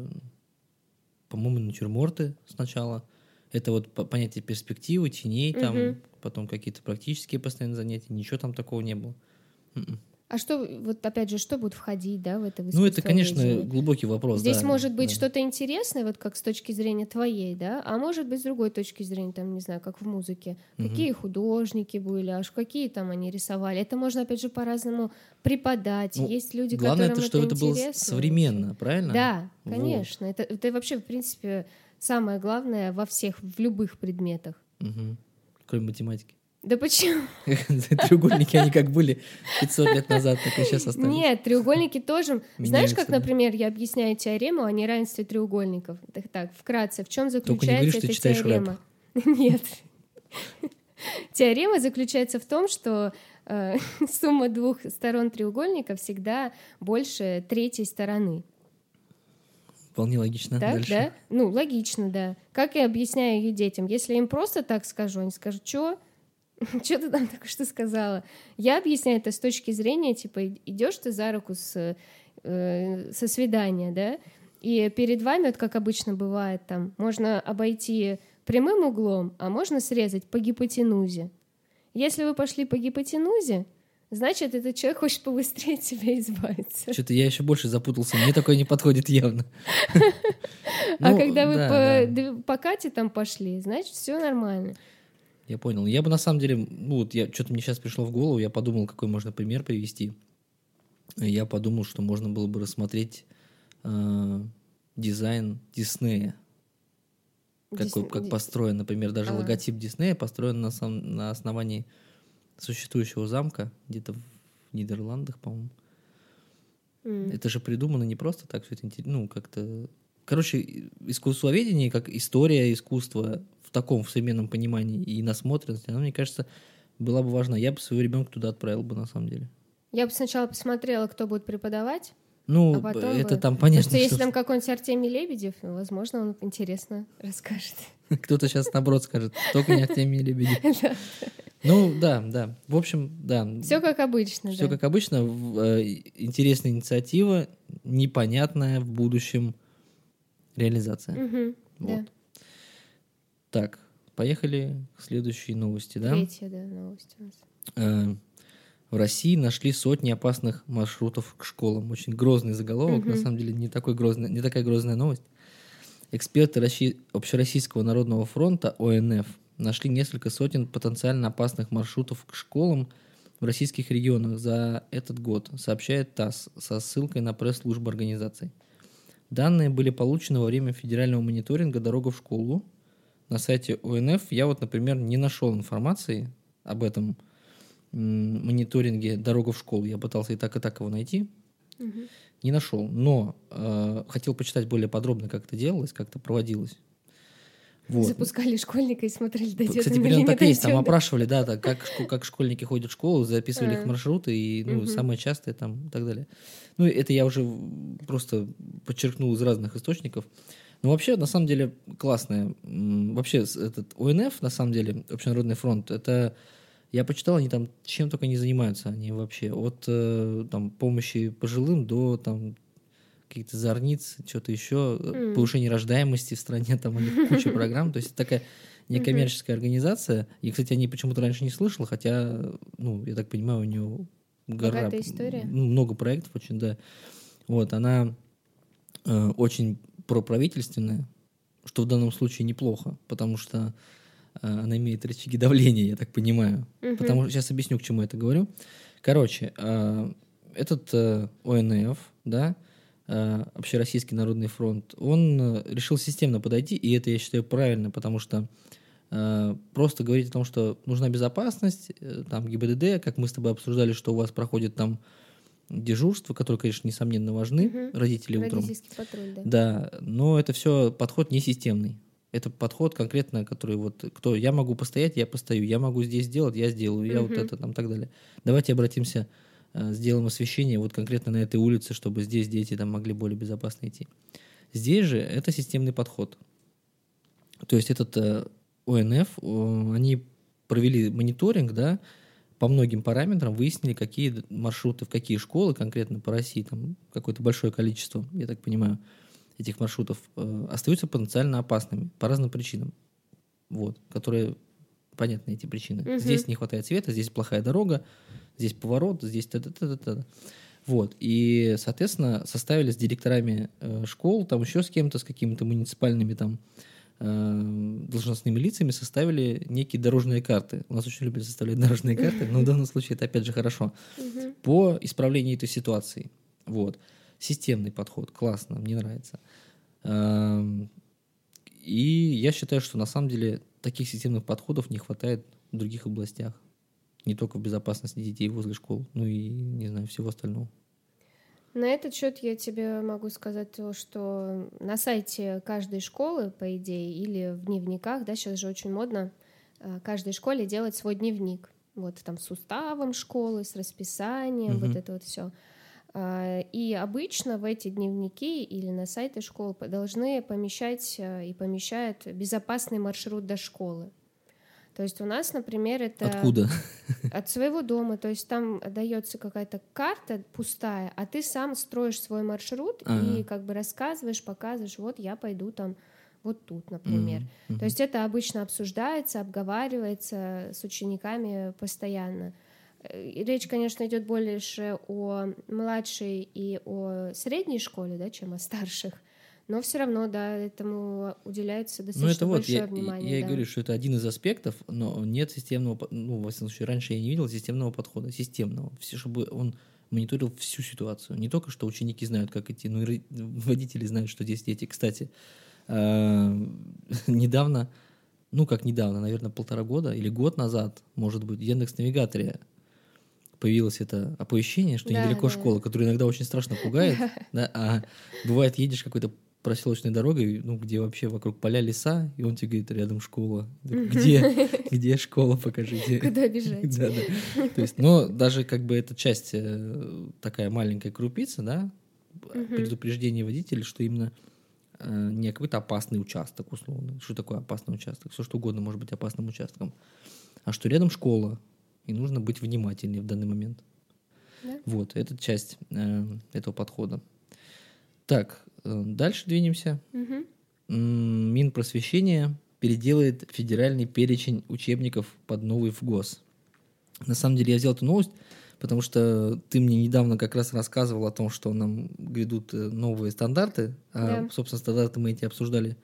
по-моему, натюрморты сначала. Это вот понятие перспективы, теней, там, угу. потом какие-то практические постоянные занятия. Ничего там такого не было. м-м. А что, вот опять же, что будет входить, да, в это искусство? Ну, это, конечно, глубокий вопрос. Здесь да, может быть да. что-то интересное, вот как с точки зрения твоей, да, а может быть с другой точки зрения, там, не знаю, как в музыке. Угу. Какие художники были, аж какие там они рисовали. Это можно, опять же, по-разному преподать. Ну, есть люди, главное, которым это, что это это было современно, вообще. правильно? Да, вот. конечно. Это, это вообще, в принципе, самое главное во всех, в любых предметах. Угу. Кроме математики. Да почему? Треугольники, они как были пятьсот лет назад, так и сейчас остались. Нет, треугольники тоже... Меняются, Знаешь, как, да? например, я объясняю теорему о неравенстве треугольников? Так, так, вкратце, в чем Только не говори, заключается что эта читаешь теорема? Нет. Теорема заключается в том, что э, сумма двух сторон треугольника всегда больше третьей стороны. Вполне логично. Так, Дальше. да? Ну, логично, да. Как я объясняю ее детям? Если я им просто так скажу, они скажут, что? Что ты там только что сказала? Я объясняю это с точки зрения, типа, идешь ты за руку с, э, со свидания, да, и перед вами, вот как обычно бывает, там, можно обойти прямым углом, а можно срезать по гипотенузе. Если вы пошли по гипотенузе, значит, этот человек хочет побыстрее от себя избавиться. Что-то я еще больше запутался, мне такое не подходит явно. А когда вы по Кате там пошли, значит, все нормально. Я понял. Я бы на самом деле, ну вот я что-то мне сейчас пришло в голову, я подумал, какой можно пример привести. Я подумал, что можно было бы рассмотреть э, дизайн Диснея. Как, Дис... как построен, например, даже а. логотип Диснея построен на, сам, на основании существующего замка, где-то в Нидерландах, по-моему. Mm. Это же придумано не просто так, все это ну, как-то... Короче, искусствоведение, как история искусства в таком, в современном понимании и насмотренности, она, мне кажется, была бы важна. Я бы своего ребенка туда отправил бы, на самом деле. Я бы сначала посмотрела, кто будет преподавать. Ну, а это бы... там понятно. Потому что если там какой-нибудь Артемий Лебедев, возможно, он интересно расскажет. Кто-то сейчас наоборот скажет, только не Артемий Лебедев. Ну, да, да. В общем, да. Все как обычно. Все как обычно. Интересная инициатива, непонятная в будущем реализация. Угу, вот. Да. Так, поехали к следующей новости, да? Третья, да, новость у нас. Э, в России нашли сотни опасных маршрутов к школам. Очень грозный заголовок, угу. На самом деле не, такой грозный, не такая грозная новость. Эксперты Росси... Общероссийского народного фронта О Н Ф нашли несколько сотен потенциально опасных маршрутов к школам в российских регионах за этот год, сообщает ТАСС со ссылкой на пресс-службу организации. Данные были получены во время федерального мониторинга «Дорога в школу». На сайте О Н Ф я вот, например, не нашел информации об этом м- мониторинге «Дорога в школу». Я пытался и так, и так его найти. Угу. Не нашел. Но э, хотел почитать более подробно, как это делалось, как это проводилось. Вот. Запускали школьника и смотрели, дойдет Кстати, он или не так дойдет. есть, там опрашивали, да, так, как, как школьники ходят в школу, записывали их маршруты, и ну, угу. самые частые там и так далее. Ну, это я уже просто подчеркнул из разных источников. Но вообще, на самом деле, классная. Вообще, этот О Н Ф, на самом деле, Общенародный фронт, это... Я почитал, они там чем только не занимаются, они вообще. От там, помощи пожилым до там, каких-то зорниц, что-то еще, mm. повышение рождаемости в стране, там у них куча программ. То есть это такая некоммерческая mm-hmm. организация. И, кстати, о ней почему-то раньше не слышал, хотя, ну, я так понимаю, у нее гора... история. Ну, много проектов очень, да. Вот, она э, очень проправительственная, что в данном случае неплохо, потому что э, она имеет рычаги давления, я так понимаю. Mm-hmm. Потому что сейчас объясню, к чему я это говорю. Короче, э, этот э, О Н Ф, да, Общероссийский народный фронт, он решил системно подойти, и это, я считаю, правильно, потому что э, просто говорить о том, что нужна безопасность, э, там, Г И Б Д Д, как мы с тобой обсуждали, что у вас проходит там дежурство, которые, конечно, несомненно важны, угу. родители утром. Родительский патруль, да. Да, но это все подход не системный. Это подход конкретно, который вот, кто, я могу постоять, я постою, я могу здесь сделать, я сделаю, я угу. вот это, там, так далее. Давайте обратимся сделаем освещение вот конкретно на этой улице, чтобы здесь дети там могли более безопасно идти. Здесь же это системный подход. То есть этот э, О Н Ф, э, они провели мониторинг, да, по многим параметрам, выяснили, какие маршруты, в какие школы конкретно по России, там какое-то большое количество, я так понимаю, этих маршрутов э, остаются потенциально опасными по разным причинам, вот, которые понятны эти причины. Угу. Здесь не хватает света, здесь плохая дорога, здесь поворот, здесь та-та-та-та-та. Вот. И, соответственно, составили с директорами э, школ, там еще с кем-то, с какими-то муниципальными там э, должностными лицами составили некие дорожные карты. У нас очень любят составлять дорожные карты, но в данном случае это, опять же, хорошо. По исправлению этой ситуации. Вот. Системный подход. Классно, мне нравится. И я считаю, что на самом деле таких системных подходов не хватает в других областях. Не только в безопасности детей возле школ, ну и, не знаю, всего остального. На этот счет я тебе могу сказать то, что на сайте каждой школы, по идее, или в дневниках, да, сейчас же очень модно каждой школе делать свой дневник. вот там с уставом школы, с расписанием, Мгм. вот это вот все. И обычно в эти дневники или на сайты школ должны помещать э, и помещают безопасный маршрут до школы. То есть у нас, например, это Откуда? от своего дома, то есть там дается какая-то карта пустая, а ты сам строишь свой маршрут Ага. и как бы рассказываешь, показываешь, вот я пойду там вот тут, например. Мгм, мгм. То есть это обычно обсуждается, обговаривается с учениками постоянно. И речь, конечно, идет больше о младшей и о средней школе, да, чем о старших. Но все равно, да, этому уделяется Ну, достаточно это вот, большое я, внимание. я и да. говорю, что это один из аспектов, но нет системного, по- ну, во всяком случае, раньше я не видел системного подхода, системного, все, чтобы он мониторил всю ситуацию. Не только, что ученики знают, как идти, но и ро- водители знают, что здесь дети. Кстати, э, недавно, ну, как недавно, наверное, полтора года или год назад, может быть, в Яндекс.Навигаторе появилось это оповещение, что Да, недалеко да. школа, которая иногда очень страшно пугает, да, а бывает, едешь какой-то проселочной дорогой, ну, где вообще вокруг поля, леса, и он тебе говорит, рядом школа. Такой, Где, где школа, покажите. Куда бежать? Да, да. То есть, но даже как бы эта часть э, такая маленькая крупица, да, Мгм. предупреждение водителей, что именно э, не какой-то опасный участок, условно. Что такое опасный участок? Все что угодно может быть опасным участком. А что рядом школа, и нужно быть внимательнее в данный момент. Да. Вот, это часть э, этого подхода. Так, э, дальше двинемся. Мгм. М, Минпросвещение переделает федеральный перечень учебников под новый ФГОС. На самом деле я взял эту новость, потому что ты мне недавно как раз рассказывал о том, что нам грядут э, новые стандарты. А, Да. собственно, стандарты мы эти обсуждали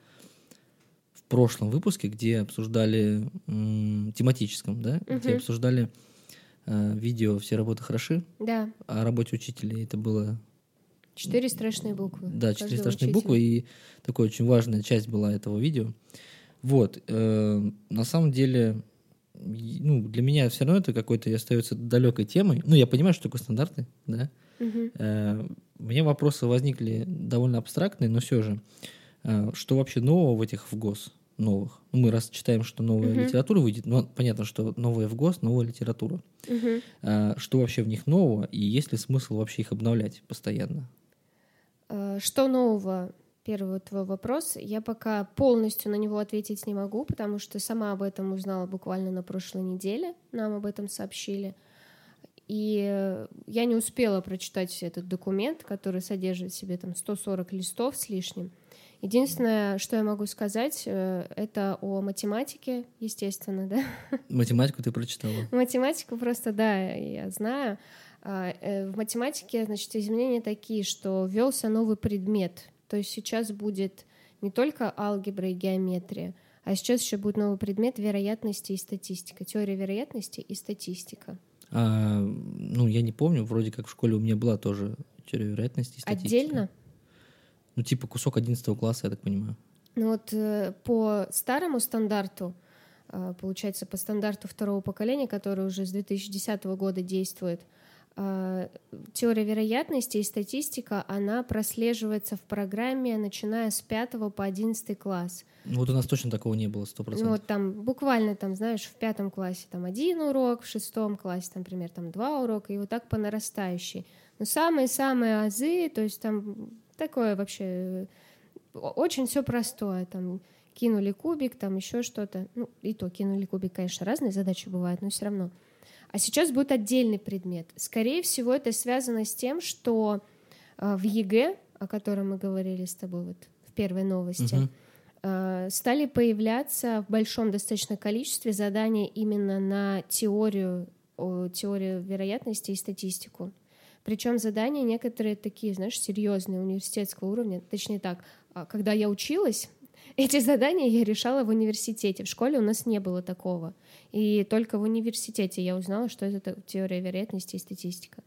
в прошлом выпуске, где обсуждали м, тематическом, да, где Мгм. обсуждали э, видео «Все работы хороши», Да. о работе учителей. Это было... Четыре страшные буквы. Да, четыре каждого страшные учителя. буквы, и такая очень важная часть была этого видео. Вот, э, на самом деле, и- ну, для меня все равно это какой-то и остается далекой темой. Ну, я понимаю, что такое стандарты, да. Мгм. Э, у меня вопросы возникли довольно абстрактные, но все же, э, что вообще нового в этих ФГОС новых? Ну, мы раз читаем, что новая Мгм. литература выйдет, ну, понятно, что новая ФГОС, новая литература. Мгм. Э, что вообще в них нового, и есть ли смысл вообще их обновлять постоянно? Э, Что нового? Первый твой вопрос. Я пока полностью на него ответить не могу, потому что сама об этом узнала буквально на прошлой неделе. Нам об этом сообщили. И э, я не успела прочитать этот документ, который содержит в себе там сто сорок листов с лишним. Единственное, что я могу сказать, э, это о математике, естественно, да. Математику ты прочитала? Математику просто, да, я знаю. А, э, В математике, значит, изменения такие, что ввелся новый предмет. То есть сейчас будет не только алгебра и геометрия, а сейчас еще будет новый предмет вероятности и статистика. Теория вероятности и статистика. А, ну, я не помню, вроде как в школе у меня была тоже теория вероятности и статистика. Отдельно? Ну, типа кусок одиннадцатого класса, я так понимаю. Ну вот э, по старому стандарту, э, получается, по стандарту второго поколения, который уже с две тысячи десятого года действует, э, теория вероятности и статистика, она прослеживается в программе, начиная с пятого по одиннадцатый класс. Ну, вот у нас точно такого не было, сто Ну процентов. вот там буквально, там, знаешь, в пятом классе там один урок, в шестом классе, там, например, там два урока, и вот так по нарастающей. Но самые-самые азы, то есть там такое вообще э, очень все простое, там кинули кубик, там еще что-то, ну и то кинули кубик, конечно, разные задачи бывают, но все равно. А сейчас будет отдельный предмет. Скорее всего, это связано с тем, что э, в ЕГЭ, о котором мы говорили с тобой вот в первой новости, Мгм. э, стали появляться в большом достаточно количестве задания именно на теорию, о, теорию вероятности и статистику. Причем задания некоторые такие, знаешь, серьезные, университетского уровня. Точнее так, а, когда я училась, эти задания я решала в университете. В школе у нас не было такого. И только в университете я узнала, что это та- теория вероятности и статистика.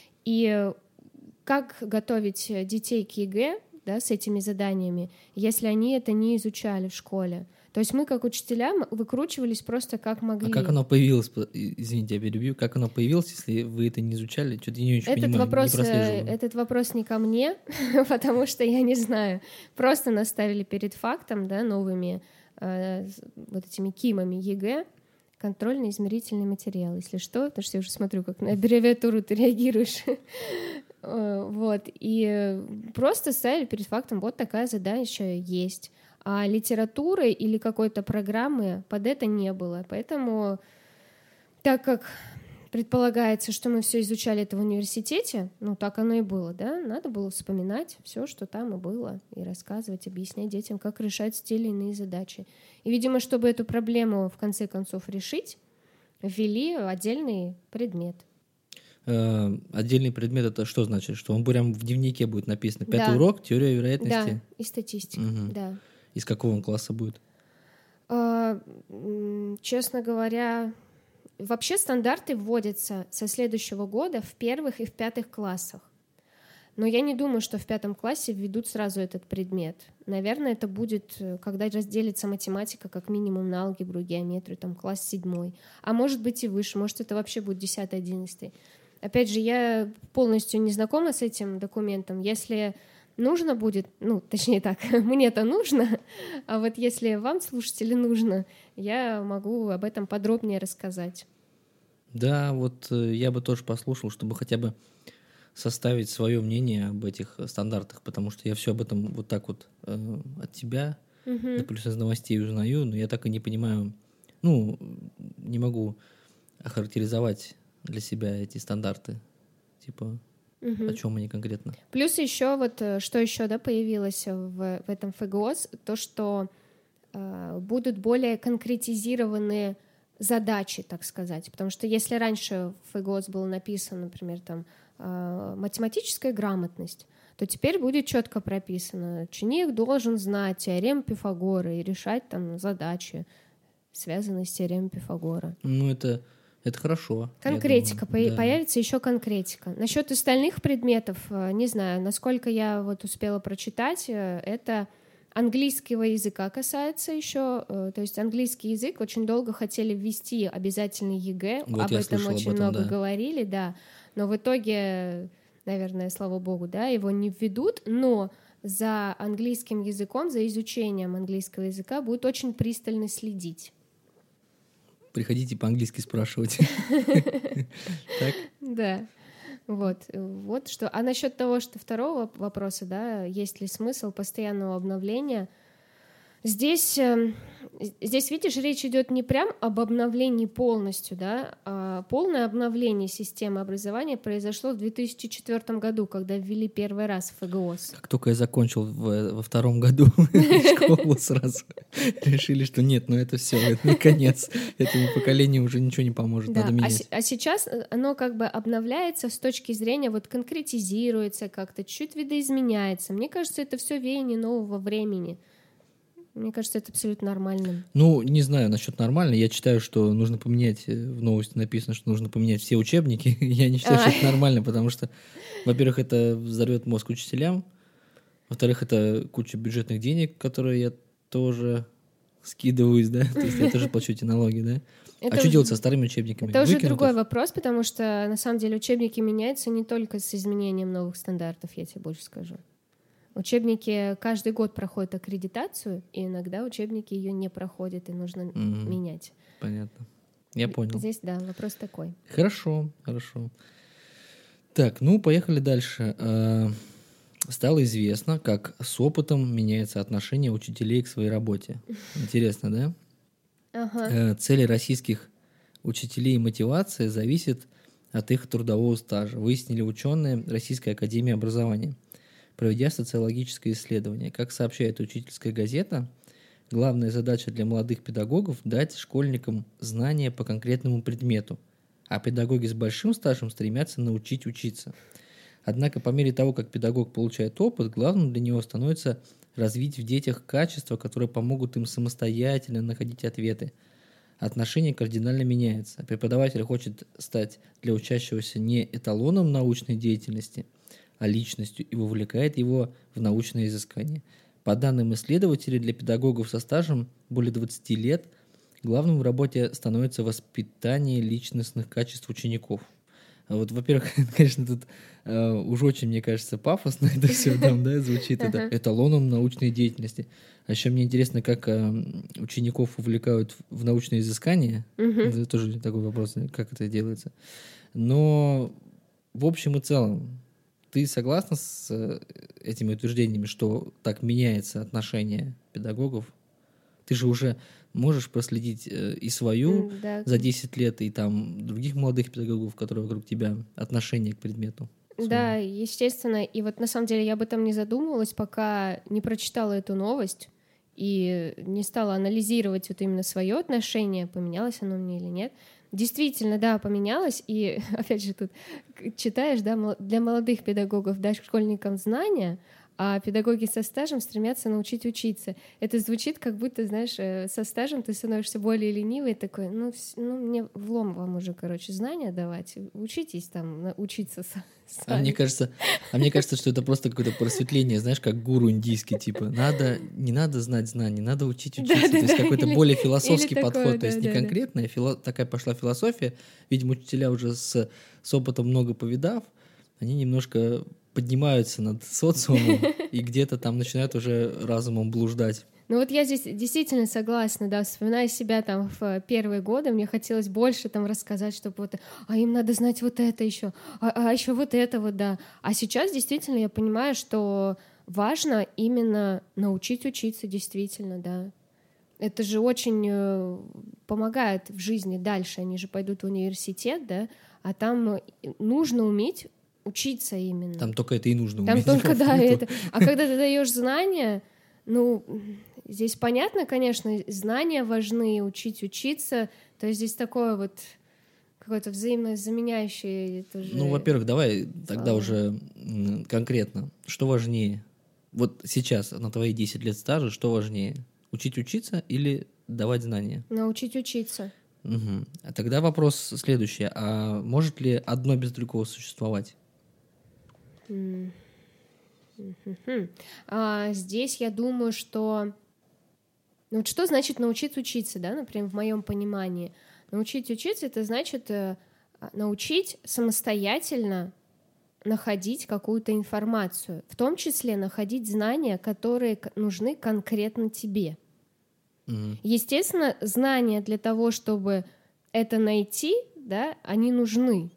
И э, как готовить детей к ЕГЭ, да, с этими заданиями, если они это не изучали в школе? То есть мы, как учителя, м- выкручивались просто как могли. А как оно появилось, по- и- извините, я перебью, как оно появилось, если вы это не изучали? Что-то я не очень Этот понимаю, вопрос, не э, прослеживаю. этот вопрос не ко мне, потому что я не знаю. Просто нас ставили перед фактом, да, новыми э, с- вот этими кимами ЕГЭ, Контрольно-измерительный материал, если что, потому что я уже смотрю, как на аббревиатуру ты реагируешь. Вот. И просто ставили перед фактом, вот такая задача есть. А литературы или какой-то программы под это не было. Поэтому, так как предполагается, что мы все изучали это в университете, ну так оно и было, да, надо было вспоминать все, что там и было, и рассказывать, объяснять детям, как решать те или иные задачи. И, видимо, чтобы эту проблему в конце концов решить, ввели отдельный предмет. Э, отдельный предмет — это что значит? Что он прям в дневнике будет написано? Пятый да. урок, теория вероятности? Да, и статистика, угу. да. Из какого он класса будет? А, честно говоря... Вообще стандарты вводятся со следующего года в первых и в пятых классах. Но я не думаю, что в пятом классе введут сразу этот предмет. Наверное, это будет, когда разделится математика как минимум на алгебру, геометрию, там класс седьмой. А может быть и выше, может это вообще будет десятый, одиннадцатый. Опять же, я полностью не знакома с этим документом. Если нужно будет, ну, точнее так, мне-то нужно, а вот если вам, слушатели, нужно, я могу об этом подробнее рассказать. Да, вот я бы тоже послушал, чтобы хотя бы составить свое мнение об этих стандартах, потому что я все об этом вот так вот э, от тебя, uh-huh. да плюс из новостей узнаю, но я так и не понимаю, ну, не могу охарактеризовать для себя эти стандарты, типа... Угу. О чем они конкретно? Плюс еще вот, что еще, да, появилось в, в этом ФГОС, то, что э, будут более конкретизированные задачи, так сказать. Потому что если раньше в ФГОС было написано, например, там, э, математическая грамотность, то теперь будет четко прописано, ученик должен знать теорему Пифагора и решать там задачи, связанные с теоремой Пифагора. Ну, это... Это хорошо. Конкретика, думаю, по- да. появится еще конкретика. Насчет остальных предметов, не знаю, насколько я вот успела прочитать, это английского языка касается еще, то есть английский язык очень долго хотели ввести обязательный ЕГЭ, вот об этом очень об этом, много да. говорили, да, но в итоге, наверное, слава богу, да, его не введут, но за английским языком, за изучением английского языка будут очень пристально следить. Приходите по-английски спрашивать. Да. Вот, вот что. А насчет того, что второго вопроса, да, есть ли смысл постоянного обновления? Здесь, здесь, видишь, речь идет не прям об обновлении полностью, да, а полное обновление системы образования произошло в две тысячи четвёртом году, когда ввели первый раз ФГОС. Как только я закончил в, во втором году школу, сразу решили, что нет, ну это все, это конец, этому поколению уже ничего не поможет, да, надо менять. А, а сейчас оно как бы обновляется с точки зрения, вот конкретизируется как-то, чуть-чуть видоизменяется. Мне кажется, это все веяние нового времени. Мне кажется, это абсолютно нормально. Ну, не знаю насчет нормально. Я читаю, что нужно поменять, в новости написано, что нужно поменять все учебники. Я не считаю, что это нормально, потому что, во-первых, это взорвет мозг учителям, во-вторых, это куча бюджетных денег, которые я тоже скидываюсь, да, то есть я тоже плачу эти налоги, да. Это а уже, что делать со старыми учебниками? Это уже другой вопрос, потому что, на самом деле, учебники меняются не только с изменением новых стандартов, я тебе больше скажу. Учебники каждый год проходят аккредитацию, и иногда учебники ее не проходят, и нужно mm-hmm. менять. Понятно. Я понял. Здесь, да, вопрос такой. Хорошо, хорошо. Так, ну, поехали дальше. Стало известно, как с опытом меняется отношение учителей к своей работе. Интересно, да? Ага. Цели российских учителей и мотивация зависят от их трудового стажа, выяснили ученые Российской академии образования, проведя социологическое исследование. Как сообщает учительская газета, главная задача для молодых педагогов – дать школьникам знания по конкретному предмету, а педагоги с большим стажем стремятся научить учиться. Однако по мере того, как педагог получает опыт, главным для него становится развить в детях качества, которые помогут им самостоятельно находить ответы. Отношение кардинально меняется. Преподаватель хочет стать для учащегося не эталоном научной деятельности, а личностью, и вовлекает его в научные изыскания. По данным исследователей, для педагогов со стажем более двадцати лет главным в работе становится воспитание личностных качеств учеников. Вот, во-первых, конечно, тут э, уж очень, мне кажется, пафосно это все там, да, звучит, это эталоном научной деятельности. А еще мне интересно, как э, учеников увлекают в научные изыскания. Это тоже такой вопрос, как это делается. Но в общем и целом, ты согласна с э, этими утверждениями, что так меняется отношение педагогов? Ты же уже можешь проследить э, и свою Да. за десять лет, и там других молодых педагогов, которые вокруг тебя, отношение к предмету. Да, естественно. И вот на самом деле я об этом не задумывалась, пока не прочитала эту новость и не стала анализировать вот именно свое отношение, поменялось оно мне или нет. Действительно, да, поменялось. И опять же тут читаешь, да, для молодых педагогов дать школьникам знания, а педагоги со стажем стремятся научить учиться. Это звучит, как будто, знаешь, со стажем ты становишься более ленивый, такой, ну, ну мне влом вам уже, короче, знания давать, учитесь там, учиться сами. А мне кажется, а мне кажется, что это просто какое-то просветление, знаешь, как гуру индийский, типа, надо, не надо знать знаний, надо учить учиться. Да, то да, есть да, какой-то или, более философский подход, такое, то есть да, не да, конкретная, да. Фило... такая пошла философия, видимо, учителя уже с, с опытом много повидав, они немножко поднимаются над социумом и где-то там начинают уже разумом блуждать. Ну вот я здесь действительно согласна, да, вспоминая себя там в первые годы, мне хотелось больше там рассказать, чтобы вот, а им надо знать вот это еще, а, а еще вот это вот, да. А сейчас действительно я понимаю, что важно именно научить учиться действительно, да. Это же очень помогает в жизни дальше, они же пойдут в университет, да, а там нужно уметь учиться именно. Там только это и нужно Там уметь. Там только, да, это. А когда ты даешь знания, ну, здесь понятно, конечно, знания важны, учить учиться, то есть здесь такое вот какое-то взаимозаменяющее. Тоже... Ну, во-первых, давай тогда уже конкретно. Что важнее? Вот сейчас, на твои десять лет стажа, что важнее? Учить учиться или давать знания? Научить учиться. Угу. А тогда вопрос следующий. А может ли одно без другого существовать? Mm. А, здесь я думаю, что... Ну, вот что значит научить учиться, да, например, в моем понимании? Научить учиться — это значит э, научить самостоятельно находить какую-то информацию, в том числе находить знания, которые нужны конкретно тебе. Mm. Естественно, знания для того, чтобы это найти, да, они нужны.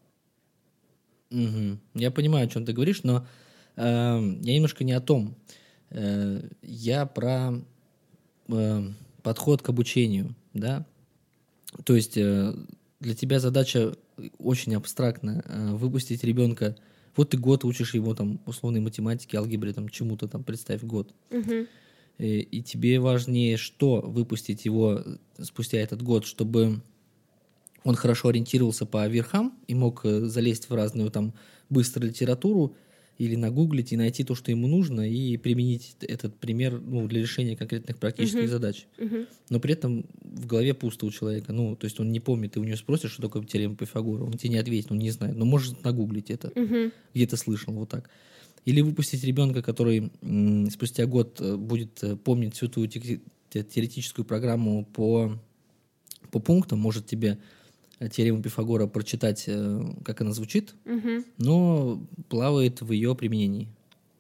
Угу. Я понимаю, о чем ты говоришь, но э, я немножко не о том. Э, я про э, подход к обучению, да. То есть э, для тебя задача очень абстрактная. Э, выпустить ребенка. Вот ты год учишь его там условной математике, алгебре, там чему-то там, представь, год. Угу. И, и тебе важнее что? Выпустить его спустя этот год, чтобы он хорошо ориентировался по верхам и мог залезть в разную там быструю литературу или нагуглить и найти то, что ему нужно, и применить этот пример, ну, для решения конкретных практических uh-huh. задач. Uh-huh. Но при этом в голове пусто у человека. Ну, то есть он не помнит, ты у него спросишь, что такое теорема Пифагора, он тебе не ответит, он не знает, но может нагуглить это. Uh-huh. Где-то слышал, вот так. Или выпустить ребенка, который м, спустя год будет помнить всю твою те- теоретическую программу по, по пунктам, может тебе теорему Пифагора прочитать, как она звучит, угу. но плавает в ее применении.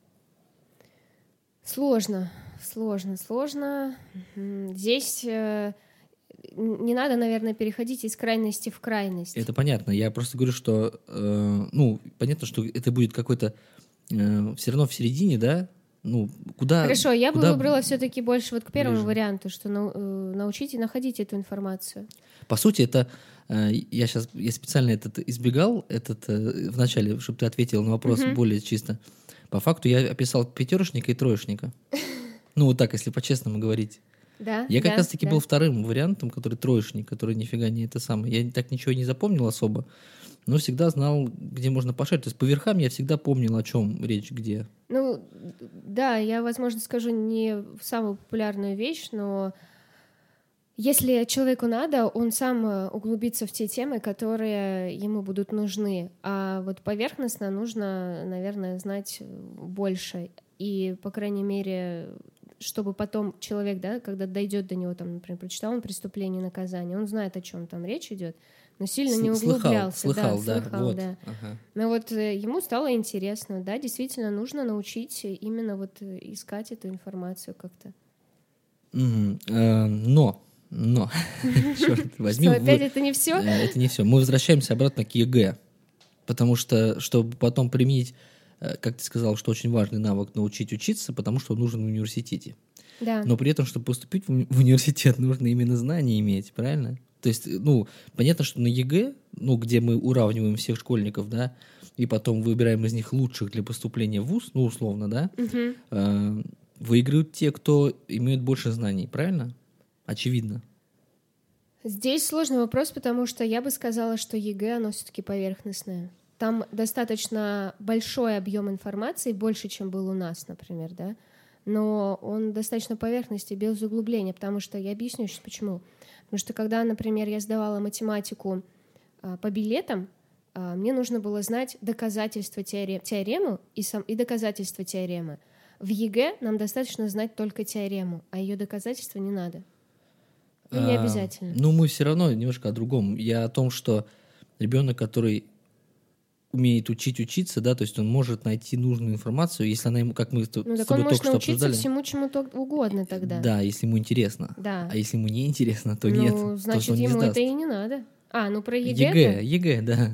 Сложно, сложно, сложно. Здесь э, не надо, наверное, переходить из крайности в крайность. Это понятно. Я просто говорю, что, э, ну, понятно, что это будет какой-то э, все равно в середине, да? Ну, куда... Хорошо, я куда бы выбрала все-таки больше вот к первому ближе. варианту, что нау- э, научите находить эту информацию. По сути, это... Э, я сейчас я специально этот избегал, этот э, вначале, чтобы ты ответил на вопрос uh-huh. более чисто. По факту я описал пятерочника и троечника. Ну, вот так, если по-честному говорить. Да, я как да, раз-таки да. был вторым вариантом, который троечник, который нифига не это самое. Я так ничего не запомнил особо, но всегда знал, где можно пошарить. То есть по верхам я всегда помнил, о чем речь, где. Ну, да, я, возможно, скажу не самую популярную вещь, но если человеку надо, он сам углубится в те темы, которые ему будут нужны. А вот поверхностно нужно, наверное, знать больше. И, по крайней мере, чтобы потом человек, да, когда дойдет до него, там, например, прочитал он «Преступление и наказание», он знает, о чем там речь идет, но сильно не углублялся. Слыхал, да, да, слыхал, вот. да. Ага. Но вот э, ему стало интересно, да, действительно нужно научить именно вот э, искать эту информацию как-то. Угу. Э, но, но, черт возьми. Что, опять это не все? Это не все. Мы возвращаемся обратно к ЕГЭ, потому что, чтобы потом применить, как ты сказал, что очень важный навык научить учиться, потому что он нужен в университете. Да. Но при этом, чтобы поступить в университет, нужно именно знания иметь, правильно? То есть, ну, понятно, что на ЕГЭ, ну, где мы уравниваем всех школьников, да, и потом выбираем из них лучших для поступления в вуз, ну, условно, да, Угу. э, выигрывают те, кто имеет больше знаний, правильно? Очевидно. Здесь сложный вопрос, потому что я бы сказала, что ЕГЭ, оно все-таки поверхностное. Там достаточно большой объем информации, больше, чем был у нас, например, да, но он достаточно поверхностный, без углубления, потому что, я объясню сейчас почему. Потому что когда, например, я сдавала математику а, по билетам, а, мне нужно было знать доказательства теорем, теорему и, сам, и доказательства теоремы. В ЕГЭ нам достаточно знать только теорему, а ее доказательства не надо. Ну, не обязательно. А, ну, мы все равно немножко о другом. Я о том, что ребенок, который умеет учить учиться, да, то есть он может найти нужную информацию, если она ему, как мы ну, с так тобой он может только что научиться обсуждали. всему, чему то угодно тогда. Да, если ему интересно. Да. А если ему не интересно, то ну, нет. Ну, значит, то, он ему не это и не надо. А, ну про ЕГЭ? ЕГЭ, ЕГЭ, да.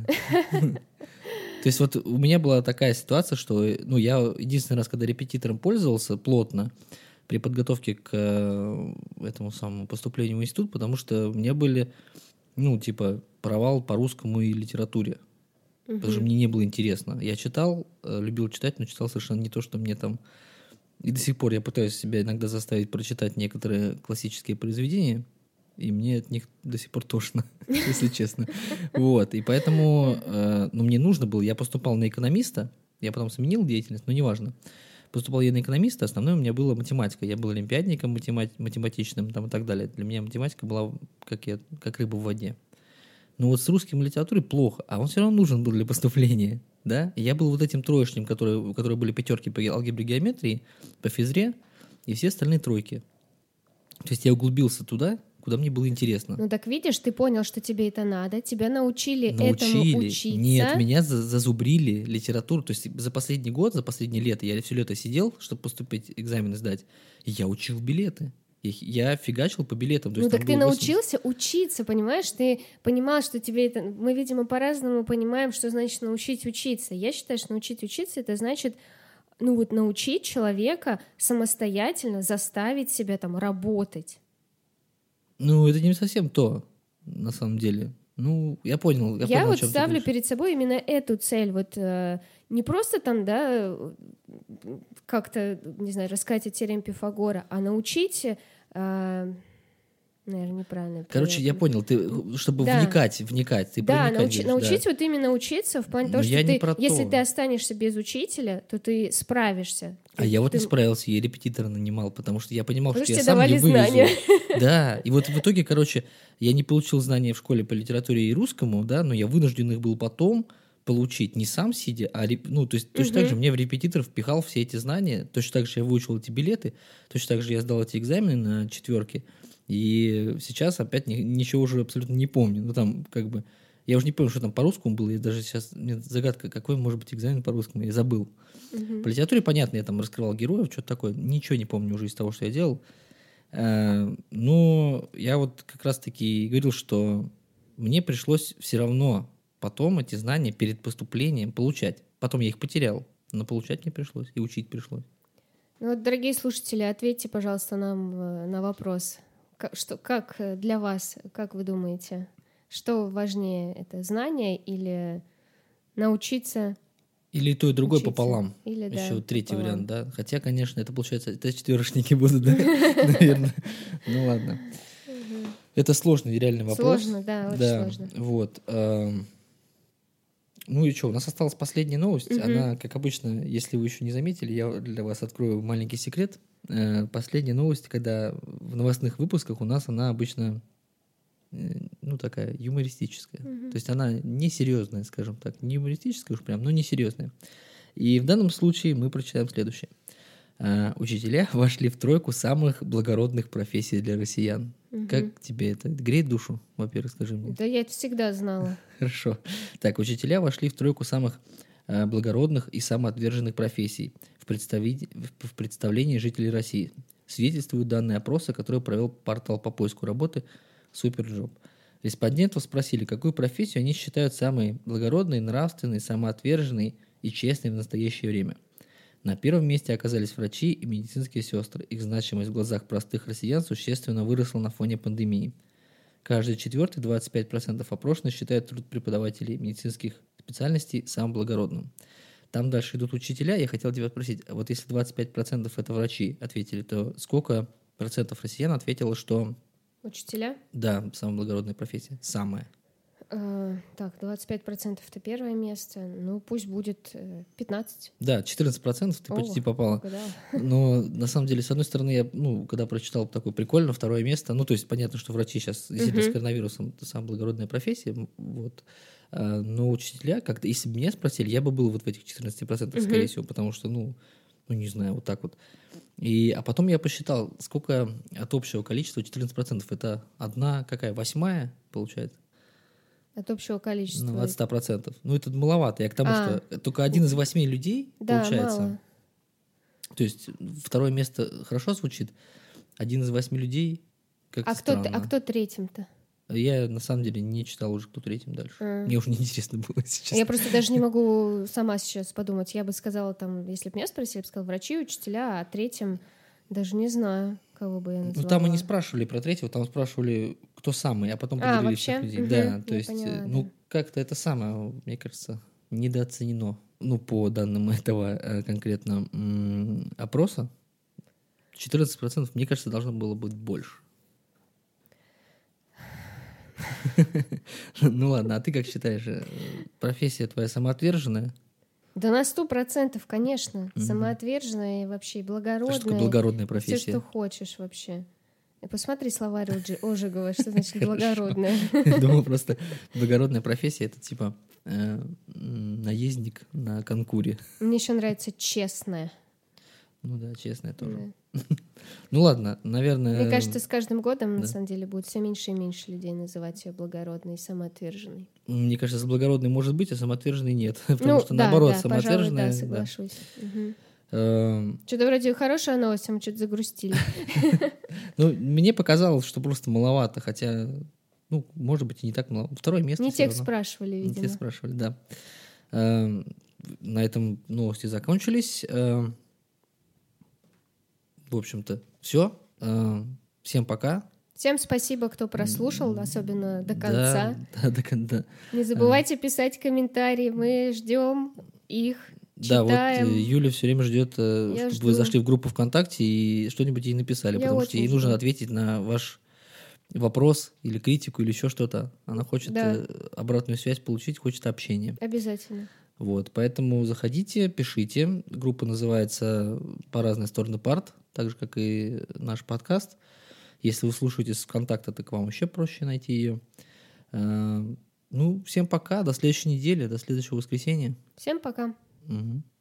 То есть вот у меня была такая ситуация, что, ну, я единственный раз, когда репетитором пользовался плотно при подготовке к этому самому поступлению в институт, потому что у меня были, ну, типа, провал по русскому и литературе. Угу. Потому что мне не было интересно. Я читал, любил читать, но читал совершенно не то, что мне там... И до сих пор я пытаюсь себя иногда заставить прочитать некоторые классические произведения, и мне от них до сих пор тошно, если честно. Вот, и поэтому, ну, мне нужно было, я поступал на экономиста, я потом сменил деятельность, но неважно. Поступал я на экономиста, основное у меня была математика. Я был олимпиадником математичным там, и так далее. Для меня математика была как, я, как рыба в воде. Но вот с русским и литературой плохо, а он все равно нужен был для поступления, да? И я был вот этим троечником, который, у которого были пятерки по алгебре, геометрии, по физре, и все остальные тройки. То есть я углубился туда, куда мне было интересно. Ну так видишь, ты понял, что тебе это надо, тебя научили, научили. этому учиться. Нет, меня зазубрили литературу. То есть за последний год, за последнее лето, я все лето сидел, чтобы поступить, экзамены сдать, и я учил билеты. Я фигачил по билетам. То ну есть так ты восемь... научился учиться, понимаешь? Ты понимал, что тебе это... Мы, видимо, по-разному понимаем, что значит научить учиться. Я считаю, что научить учиться — это значит, ну вот научить человека самостоятельно заставить себя там работать. Ну, это не совсем то, на самом деле. Ну, я понял. Я, я понял, вот ставлю перед собой именно эту цель. Вот э, не просто там, да, как-то, не знаю, рассказать о теореме Пифагора, а научить... Э, наверное, неправильно. Короче, я понял, ты, чтобы да. вникать, вникать, ты да, проникать научи, будешь, научить да. вот именно учиться в плане Но того, что я ты, не про если то. ты останешься без учителя, то ты справишься. А ты, я вот ты... не справился, я репетитора нанимал, потому что я понимал, потому что, что я тебе сам не вывезу. Знания. Да, и вот в итоге, короче, я не получил знания в школе по литературе и русскому, да, но я вынужден их был потом получить, не сам сидя, а, реп... ну, то есть точно угу. так же мне в репетитор впихал все эти знания, точно так же я выучил эти билеты, точно так же я сдал эти экзамены на четверки, и сейчас опять ни, ничего уже абсолютно не помню, ну, там, как бы, я уже не помню, что там по-русскому было, и даже сейчас, мне загадка, какой может быть экзамен по-русскому, я забыл. Угу. По литературе, понятно, я там раскрывал героев, что-то такое, ничего не помню уже из того, что я делал, но я вот как раз-таки говорил, что мне пришлось все равно потом эти знания перед поступлением получать. Потом я их потерял, но получать мне пришлось, и учить пришлось. Ну вот, дорогие слушатели, ответьте, пожалуйста, нам на вопрос. Как, что, как для вас, как вы думаете, что важнее, это знание или научиться? Или то и другое учиться. Пополам. Или, еще да, третий пополам. вариант, да. Хотя, конечно, это получается, это четверочники будут, да, наверное. Ну ладно. Это сложный реальный вопрос. Сложно, да, очень да, сложно. Вот. Ну и что, у нас осталась последняя новость. Угу. Она, как обычно, если вы еще не заметили, я для вас открою маленький секрет. Последняя новость, когда в новостных выпусках у нас она обычно, ну, такая юмористическая. Угу. То есть она не серьезная, скажем так. Не юмористическая уж прям, но не серьезная. И в данном случае мы прочитаем следующее. А, учителя вошли в тройку самых благородных профессий для россиян. Мгм. Как тебе это? Это греет душу, во-первых, скажи мне. Да я это всегда знала. Хорошо. Так, учителя вошли в тройку самых э, благородных и самоотверженных профессий в, представи- в- в представлении жителей России. Свидетельствуют данные опроса, который провел портал по поиску работы Суперджоп. Респондентов спросили, какую профессию они считают самой благородной, нравственной, самоотверженной и честной в настоящее время. На первом месте оказались врачи и медицинские сестры. Их значимость в глазах простых россиян существенно выросла на фоне пандемии. Каждый четвертый, двадцать пять процентов опрошенных считают труд преподавателей медицинских специальностей самым благородным. Там дальше идут учителя. Я хотел тебя спросить, а вот если двадцать пять процентов это врачи ответили, то сколько процентов россиян ответило, что Учителя? да, самая благородная профессия? Самая. Э, так, двадцать пять процентов это первое место. Ну, пусть будет э, пятнадцать. Да, четырнадцать процентов ты О, почти попала. угадала. Но на самом деле, с одной стороны, я, ну, когда прочитал такое прикольно, второе место, ну, то есть понятно, что врачи сейчас, действительно, Мгм. с коронавирусом, это самая благородная профессия, м, вот. А, но учителя, как-то, если бы меня спросили, я бы был вот в этих четырнадцати процентах, Мгм. скорее всего, потому что, ну, ну, не знаю, вот так вот. И, а потом я посчитал, сколько от общего количества четырнадцать процентов, это одна, какая, восьмая, получается? От общего количества. Ну, от ста процентов. Ну, это маловато. Я к тому, А. что только один из восьми людей, Да, получается. мало. То есть второе место хорошо звучит, один из восьми людей как-то А кто, т- странно. а кто третьим-то? Я на самом деле не читал уже, кто третьим дальше. А. Мне уже неинтересно было сейчас. Я просто даже не могу сама сейчас подумать. Я бы сказала, там, если бы меня спросили, я бы сказала врачи, учителя, а третьим даже не знаю, кого бы я назвала. Ну, там и не спрашивали про третьего, там спрашивали, кто самый, а потом А, поделили вообще? всех людей. Мгм, Да, то я есть, поняла, э, ну, да. как-то это самое, мне кажется, недооценено. Ну, по данным этого э, конкретно м, опроса, четырнадцать процентов, мне кажется, должно было быть больше. Ну ладно, а ты как считаешь, э, профессия твоя самоотверженная? Да на сто процентов, конечно. Мгм. Самоотверженная и вообще А что такое благородная. благородная Все, профессия? что хочешь вообще. И посмотри словарь Оджи- Ожегова, что значит Хорошо. благородная. Думаю, просто благородная профессия — это типа э, м, наездник на конкуре. Мне еще нравится честная. Ну да, честная тоже. Да. Ну ладно, наверное... Мне кажется, с каждым годом, на да. самом деле, будет все меньше и меньше людей называть ее благородной и самоотверженной. Мне кажется, с благородной может быть, а самоотверженной нет. Потому Ну, что да, наоборот, да, пожалуй, самоотверженная... да, да. соглашусь. Мгм. Эм, Что-то вроде хорошая новость, а мы что-то загрустили. Ну, мне показалось, что просто маловато, хотя, ну, может быть, и не так мало. Второе место Не всё тех равно. спрашивали, Не те видимо. спрашивали, да. Эм, На этом новости закончились. Эм, В общем-то, все. Всем пока. Всем спасибо, кто прослушал, особенно до Да, конца. Да, до конца. Не забывайте писать комментарии, мы ждем их, Да, вот читаем. э, Юля все время ждет, э, Я чтобы вы жду. зашли в группу ВКонтакте и что-нибудь ей написали, Я потому что очень ей нужно жду. ответить на ваш вопрос или критику или еще что-то. Она хочет Да. э, обратную связь получить, хочет общения. Обязательно. Вот, поэтому заходите, пишите. Группа называется «По разные стороны парт», так же, как и наш подкаст. Если вы слушаете с ВКонтакта, так вам еще проще найти ее. Э, Ну, всем пока, до следующей недели, до следующего воскресенья. Всем пока. Мгм.